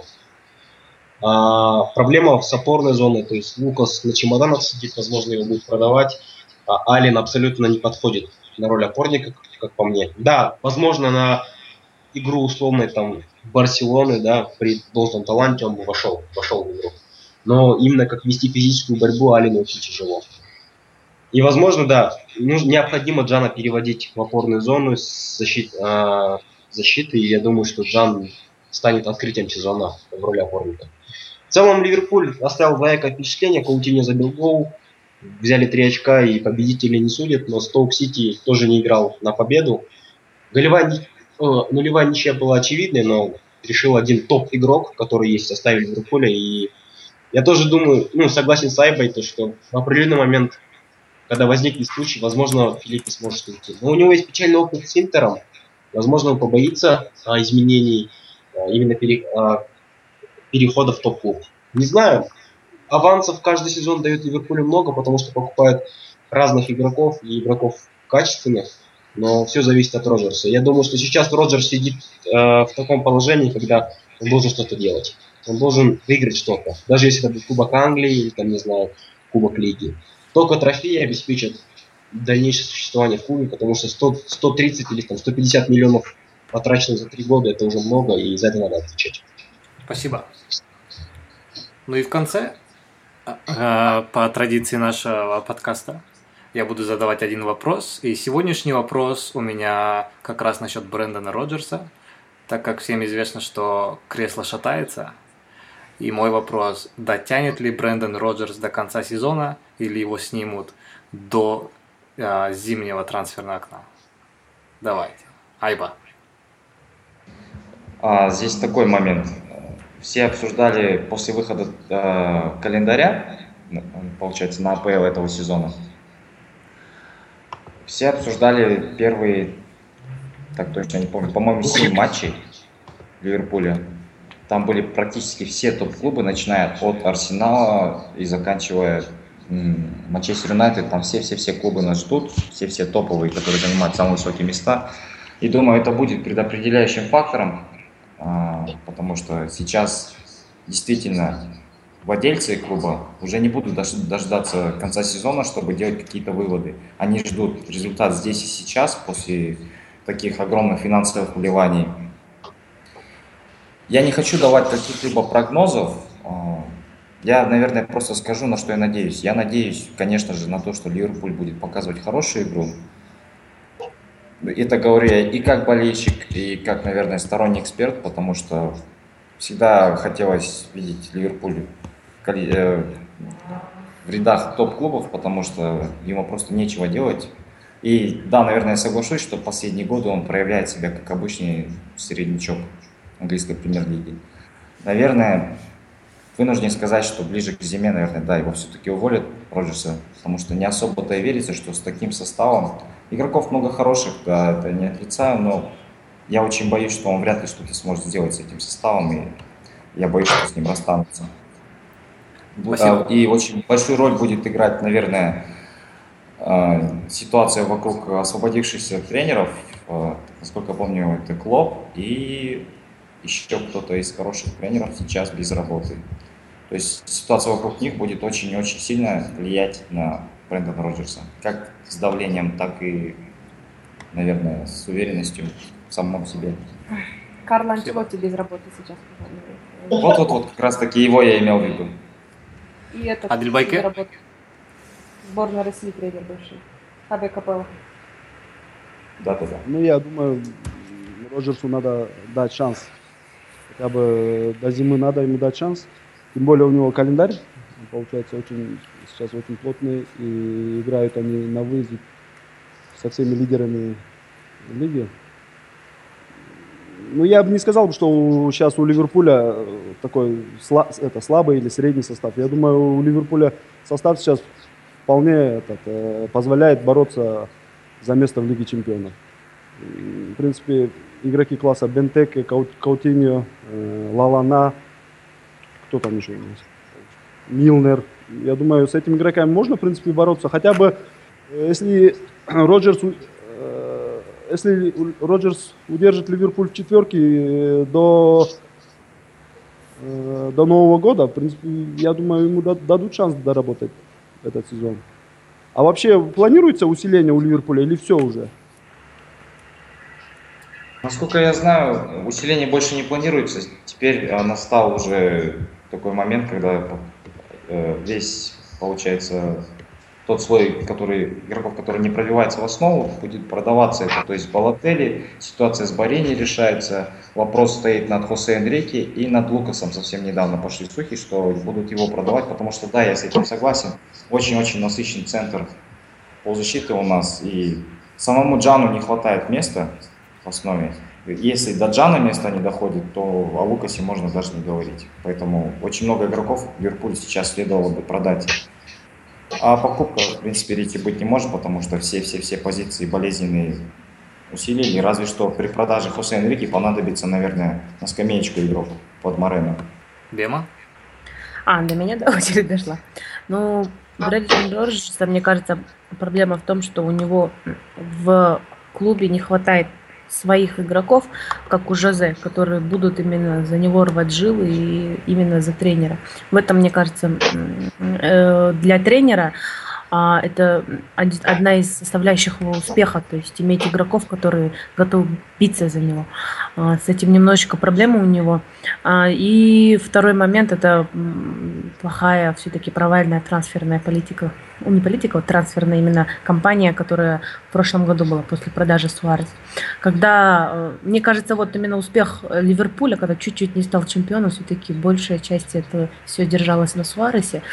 А, проблема с опорной зоной, то есть Лукас на чемоданах сидит, возможно, его будут продавать, а Ален абсолютно не подходит на роль опорника, как, как по мне. Да, возможно, на игру условной там Барселоны, да, при должном таланте он бы вошел, вошел в игру. Но именно как вести физическую борьбу Алену очень тяжело. И, возможно, да, нужно, необходимо Джана переводить в опорную зону с защит, э, защиты, и я думаю, что Джан станет открытием сезона в роли опорника. В целом Ливерпуль оставил двоякое впечатление, Каутиньо забил гол, взяли три очка и победители не судят, но Стоук Сити тоже не играл на победу. Голевая, о, нулевая ничья была очевидной, но решил один топ-игрок, который есть в составе Ливерпуля, и я тоже думаю, ну, согласен с Айбой, то, что в определенный момент, когда возникнет случай, возможно, Филиппе сможет уйти. Но у него есть печальный опыт с Интером, возможно, он побоится а, изменений, а, именно пере, а, перехода в топ-клуб. Не знаю, авансов каждый сезон дают Ливерпулю много, потому что покупают разных игроков и игроков качественных, но все зависит от Роджерса. Я думаю, что сейчас Роджерс сидит э, в таком положении, когда он должен что-то делать. Он должен выиграть что-то. Даже если это будет Кубок Англии или, там, не знаю, Кубок Лиги. Только трофеи обеспечат дальнейшее существование в клубе, потому что сто, сто тридцать или там, сто пятьдесят миллионов потрачено за три года, это уже много, и за это надо отвечать. Спасибо. Ну и в конце, э, по традиции нашего подкаста, я буду задавать один вопрос. И сегодняшний вопрос у меня как раз насчет Брэндона Роджерса, так как всем известно, что кресло шатается. И мой вопрос: дотянет ли Брэндон Роджерс до конца сезона или его снимут до э, зимнего трансферного окна? Давайте. Айба. А, здесь такой момент. Все обсуждали после выхода э, календаря, получается, на АПЛ этого сезона. Все обсуждали первые, так точно не помню, по-моему, семь матчей Ливерпуля. Там были практически все топ-клубы, начиная от Арсенала и заканчивая м- Манчестер Юнайтед. Там все-все-все клубы нас ждут, все-все топовые, которые занимают самые высокие места. И думаю, это будет предопределяющим фактором, а, потому что сейчас действительно владельцы клуба уже не будут дождаться конца сезона, чтобы делать какие-то выводы. Они ждут результат здесь и сейчас, после таких огромных финансовых вливаний. Я не хочу давать каких-либо прогнозов. Я, наверное, просто скажу, на что я надеюсь. Я надеюсь, конечно же, на то, что Ливерпуль будет показывать хорошую игру. Это говорю я и как болельщик, и как, наверное, сторонний эксперт, потому что всегда хотелось видеть Ливерпуль в рядах топ-клубов, потому что ему просто нечего делать. И да, наверное, я соглашусь, что в последние годы он проявляет себя как обычный среднячок английской премьер-лиги. Наверное, вынужден сказать, что ближе к зиме, наверное, да, его все-таки уволят, Роджерса, потому что не особо-то и верится, что с таким составом игроков много хороших, да, это не отрицаю, но я очень боюсь, что он вряд ли что-то сможет сделать с этим составом, и я боюсь, что с ним расстанутся. Спасибо. И очень большую роль будет играть, наверное, ситуация вокруг освободившихся тренеров. Насколько помню, это Клоп и еще кто-то из хороших тренеров сейчас без работы. То есть ситуация вокруг них будет очень-очень сильно влиять на Брэндона Роджерса. Как с давлением, так и, наверное, с уверенностью в самом себе. Карло Анчелотти без работы сейчас. Вот-вот-вот, как раз таки его я имел в виду. И этот Адельбайке? без работы. Сборная России тренер бывший. Хабе Капелло. Да-да-да. Ну, я думаю, Роджерсу надо дать шанс. Хотя бы до зимы надо ему дать шанс. Тем более у него календарь, он, получается, очень, сейчас очень плотный. И играют они на выезде со всеми лидерами лиги. ну, я бы не сказал, что у, сейчас у Ливерпуля такой сла, это, слабый или средний состав. Я думаю, у Ливерпуля состав сейчас вполне этот, э, позволяет бороться за место в Лиге Чемпионов. В принципе, игроки класса Бентеке, Каутиньо, э, Лалана, кто там еще у нас? Милнер. Я думаю, с этими игроками можно, в принципе, бороться. Хотя бы, если Роджерс, э, если Роджерс удержит Ливерпуль в четверке до, э, до Нового года, в принципе, я думаю, ему дадут шанс доработать этот сезон. А вообще, планируется усиление у Ливерпуля или все уже? Насколько я знаю, усиление больше не планируется. Теперь настал уже такой момент, когда весь, получается, тот слой, который, игроков, который не пробивается в основу, будет продаваться это. То есть Балотелли, ситуация с Барини решается, вопрос стоит над Хосе Энрике и над Лукасом. Совсем недавно пошли слухи, что будут его продавать, потому что, да, я с этим согласен, очень-очень насыщенный центр полузащиты у нас, и самому Джану не хватает места в основе. Если до Джана места не доходит, то о Лукасе можно даже не говорить. Поэтому очень много игроков в Ливерпуле сейчас следовало бы продать. А покупка, в принципе, речи быть не может, потому что все-все-все позиции болезненные усилили. Разве что при продаже Хосе Энрике понадобится, наверное, на скамеечку игрок под Морено. Дема? А, до меня, да, очередь дошла. Ну, Брэндон Роджерса, мне кажется, проблема в том, что у него в клубе не хватает своих игроков, как у Жозе, которые будут именно за него рвать жилы и именно за тренера. В этом, мне кажется, для тренера это одна из составляющих его успеха, то есть иметь игроков, которые готовы биться за него. С этим немножечко проблема у него. И второй момент – это плохая, все-таки провальная трансферная политика. Не политика, а трансферная именно компания, которая в прошлом году была после продажи Суареса. Когда, мне кажется, вот именно успех Ливерпуля, когда чуть-чуть не стал чемпионом, все-таки большая часть этого все держалась на Суаресе.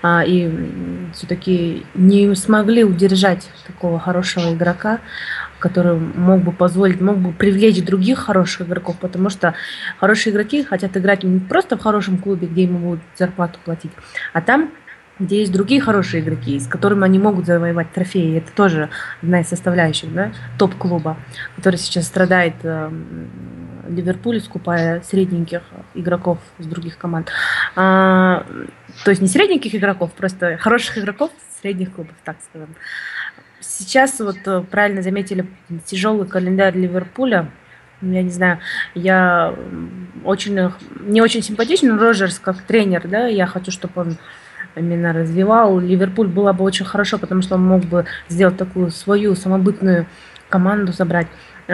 И все-таки не смогли удержать такого хорошего игрока, который мог бы позволить, мог бы привлечь других хороших игроков, потому что хорошие игроки хотят играть не просто в хорошем клубе, где ему будут зарплату платить, а там, где есть другие хорошие игроки, с которыми они могут завоевать трофеи. Это тоже одна из составляющих, да, топ-клуба, который сейчас страдает э, Ливерпуль, скупая средненьких игроков с других команд. А, то есть не средненьких игроков, просто хороших игроков средних клубов, так скажем. Сейчас, вот правильно заметили, тяжелый календарь Ливерпуля. Я не знаю, я очень, не очень симпатичен Роджерс как тренер, да, я хочу, чтобы он именно развивал. Ливерпуль было бы очень хорошо, потому что он мог бы сделать такую свою самобытную команду, собрать,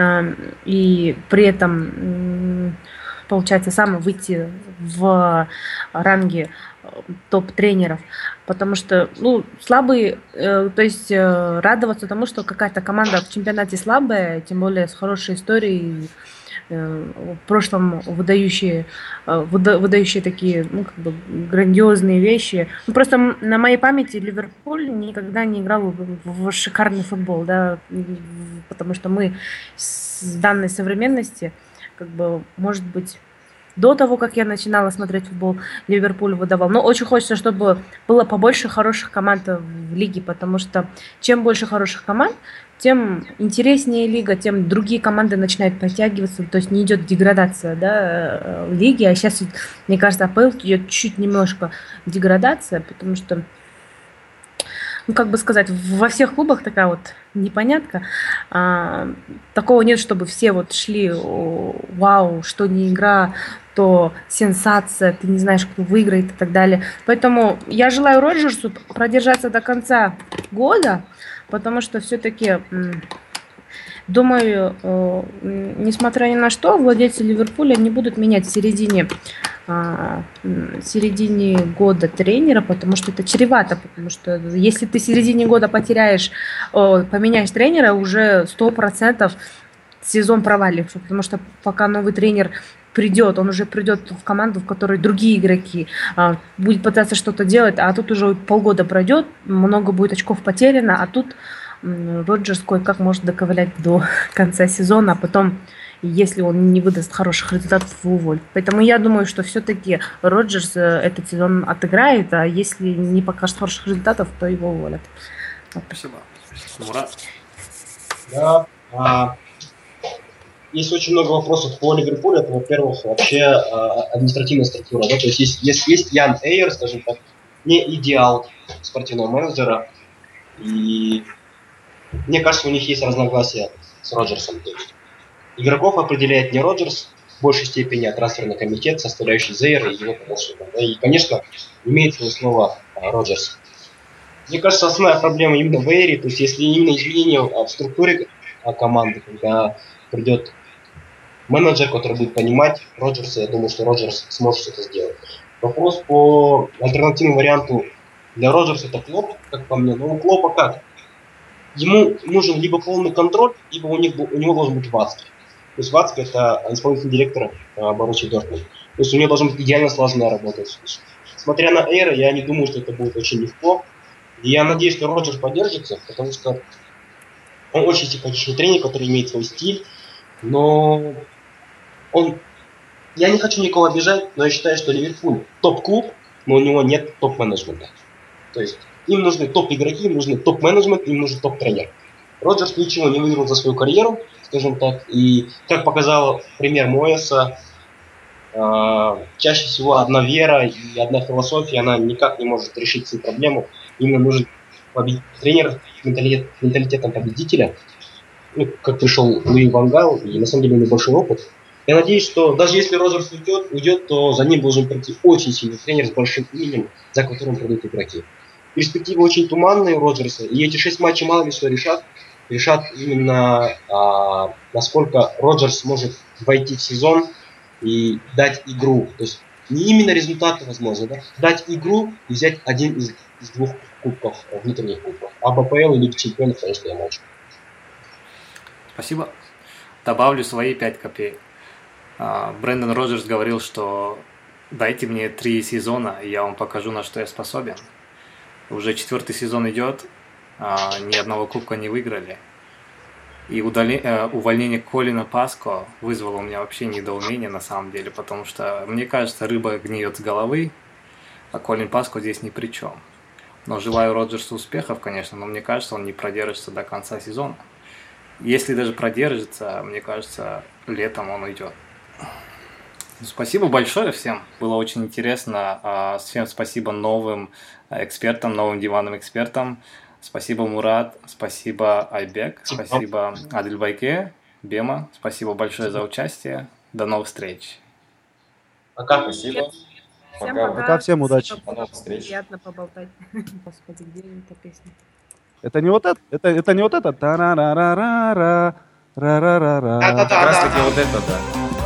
и при этом, получается, сам выйти в ранге топ-тренеров, потому что, ну, слабые, э, то есть э, радоваться тому, что какая-то команда в чемпионате слабая, тем более с хорошей историей, э, в прошлом выдающие, э, выда, выдающие такие, ну, как бы грандиозные вещи. Ну, просто на моей памяти Ливерпуль никогда не играл в, в шикарный футбол, да, потому что мы с данной современности, как бы, может быть, до того, как я начинала смотреть футбол, Ливерпуль выдавал. Но очень хочется, чтобы было побольше хороших команд в лиге, потому что чем больше хороших команд, тем интереснее лига, тем другие команды начинают подтягиваться, то есть не идет деградация, да, в лиге. А сейчас, мне кажется, АПЛ идет чуть немножко деградация, потому что, ну, как бы сказать, во всех клубах такая вот непонятка. А, такого нет, чтобы все вот шли, вау, что не игра, то сенсация, ты не знаешь, кто выиграет и так далее. Поэтому я желаю Роджерсу продержаться до конца года, потому что все-таки, думаю, несмотря ни на что, владельцы Ливерпуля не будут менять в середине, в середине года тренера, потому что это чревато, потому что если ты в середине года потеряешь, поменяешь тренера, уже сто процентов сезон проваливается, потому что пока новый тренер придет, он уже придет в команду, в которой другие игроки, а, будет пытаться что-то делать, а тут уже полгода пройдет, много будет очков потеряно, а тут м, Роджерс кое-как может доковылять до конца сезона, а потом И если он не выдаст хороших результатов, его уволят. Поэтому я думаю, что все-таки Роджерс этот сезон отыграет, а если не покажет хороших результатов, то его уволят. Вот. Спасибо. Мурат? Да. А, есть очень много вопросов по Ливерпулю. Это, во-первых, вообще а, административная структура. Да? То есть, есть, есть, есть Ян Эйер, скажем так, не идеал спортивного менеджера. И мне кажется, у них есть разногласия с Роджерсом. То есть, игроков определяет не Роджерс, в большей степени, а трансферный комитет, составляющий Зейра и его помощников. Да? И, конечно, имеет свое слово а, Роджерс. Мне кажется, основная проблема именно в Эйре, то есть если именно изменения в структуре команды, когда придет менеджер, который будет понимать Роджерса, я думаю, что Роджерс сможет это сделать. Вопрос по альтернативному варианту для Роджерса это Клоп, как по мне. Но у Клопа как? Ему нужен либо полный контроль, либо у, них, у него должен быть Вацке. То есть Вацке это исполнительный директор Боруссии Дортмунд. То есть у него должна быть идеально слаженная работа. Смотря на Эйра, я не думаю, что это будет очень легко. И я надеюсь, что Роджерс поддержится, потому что он очень симпатичный тренер, который имеет свой стиль, но он... Я не хочу никого обижать, но я считаю, что Ливерпуль топ-клуб, но у него нет топ-менеджмента. То есть им нужны топ-игроки, им нужны топ-менеджмент, им нужен топ-тренер. Роджерс ничего не выиграл за свою карьеру, скажем так, и как показал пример Моэса, э, чаще всего одна вера и одна философия, она никак не может решить свою проблему. Именно нужен побед... тренер с менталитет... менталитетом победителя, ну, как пришел Луи Ван Гал, и на самом деле у него большой опыт. Я надеюсь, что даже если Роджерс уйдет, уйдет, то за ним должен прийти очень сильный тренер с большим именем, за которым придут игроки. Перспективы очень туманные у Роджерса, и эти шесть матчей мало ли что решат. Решат именно, а, насколько Роджерс сможет войти в сезон и дать игру. То есть не именно результаты, возможно, да? Дать игру и взять один из, из двух кубков, внутренних кубков. А БПЛ и Лиги Чемпионов, конечно, я матч. Спасибо. Добавлю свои пять копеек. Брэндон Роджерс говорил, что дайте мне три сезона, и я вам покажу, на что я способен. Уже четвертый сезон идет, ни одного кубка не выиграли. И удали... увольнение Колина Паско вызвало у меня вообще недоумение на самом деле, потому что, мне кажется, рыба гниет с головы, а Колин Паско здесь ни при чем. Но желаю Роджерсу успехов, конечно, но мне кажется, он не продержится до конца сезона. Если даже продержится, мне кажется, летом он уйдет. Спасибо большое всем, было очень интересно. Всем спасибо новым экспертам, новым диванным экспертам. Спасибо, Мурат, спасибо, Айбек, спасибо, Адильбайке, Бема, спасибо большое за участие. До новых встреч. Пока, спасибо. Всем Пока. пока. Пока, всем удачи. До новых встреч. Приятно поболтать. Господи, где эта песня? Это не вот это, это, это не вот это. Та-ра-ра-ра-ра, ра-ра-ра-ра. Как раз таки вот это, да.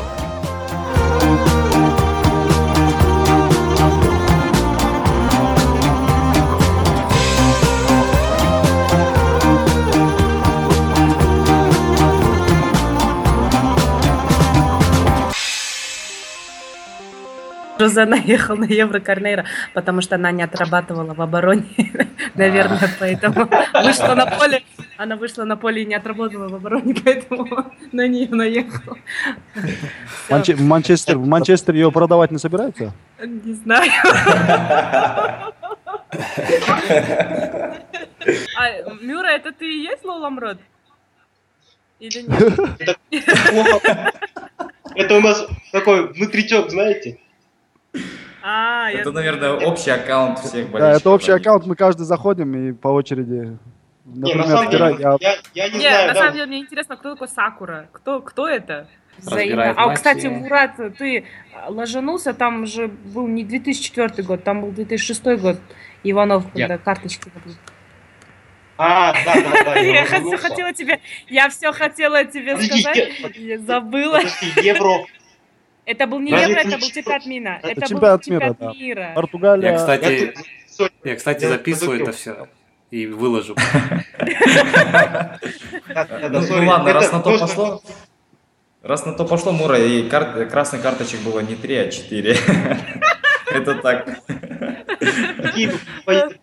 Жозе наехал на Евро Корнейра, потому что она не отрабатывала в обороне, наверное, поэтому вышла на поле, она вышла на поле и не отработала в обороне, поэтому на нее наехал. Манче- Манчестер, Манчестер ее продавать не собирается? Не знаю. А, Мюра, это ты и есть Лола Мрод? Или нет? Это у нас такой внутричок, знаете? А, я Это, думала, наверное, это- общий аккаунт всех болельщиков. Да, это общий болельщиков. аккаунт, мы каждый заходим и по очереди. Не, на Например, самом деле, вчера я- я, я не Нет, знаю, на да. самом деле мне интересно, кто такой Сакура? Кто, кто это? Разбирает А, матчи. кстати, Мурат, ты ложанулся, там же был не две тысячи четвёртый год, там был две тысячи шестой год. Иванов, Я- когда карточки забыл. А, да, да, да. Я все все хотела тебе, я все хотела тебе Подожди, сказать, я- я забыла. Евро. Это был не Разве Евро, это это не был чемпионат? чемпионат мира. Это Это был чемпионат мира, чемпионат да. мира. Португалия. Я, кстати, Я тут- Сори, я, кстати, я записываю подумал. это все и выложу. да, да, да, Ну, сори. ну ладно, Это раз на то просто- пошло, раз на то пошло, Мура, и кар- красных карточек было не три, а четыре. Это так. Такие, по-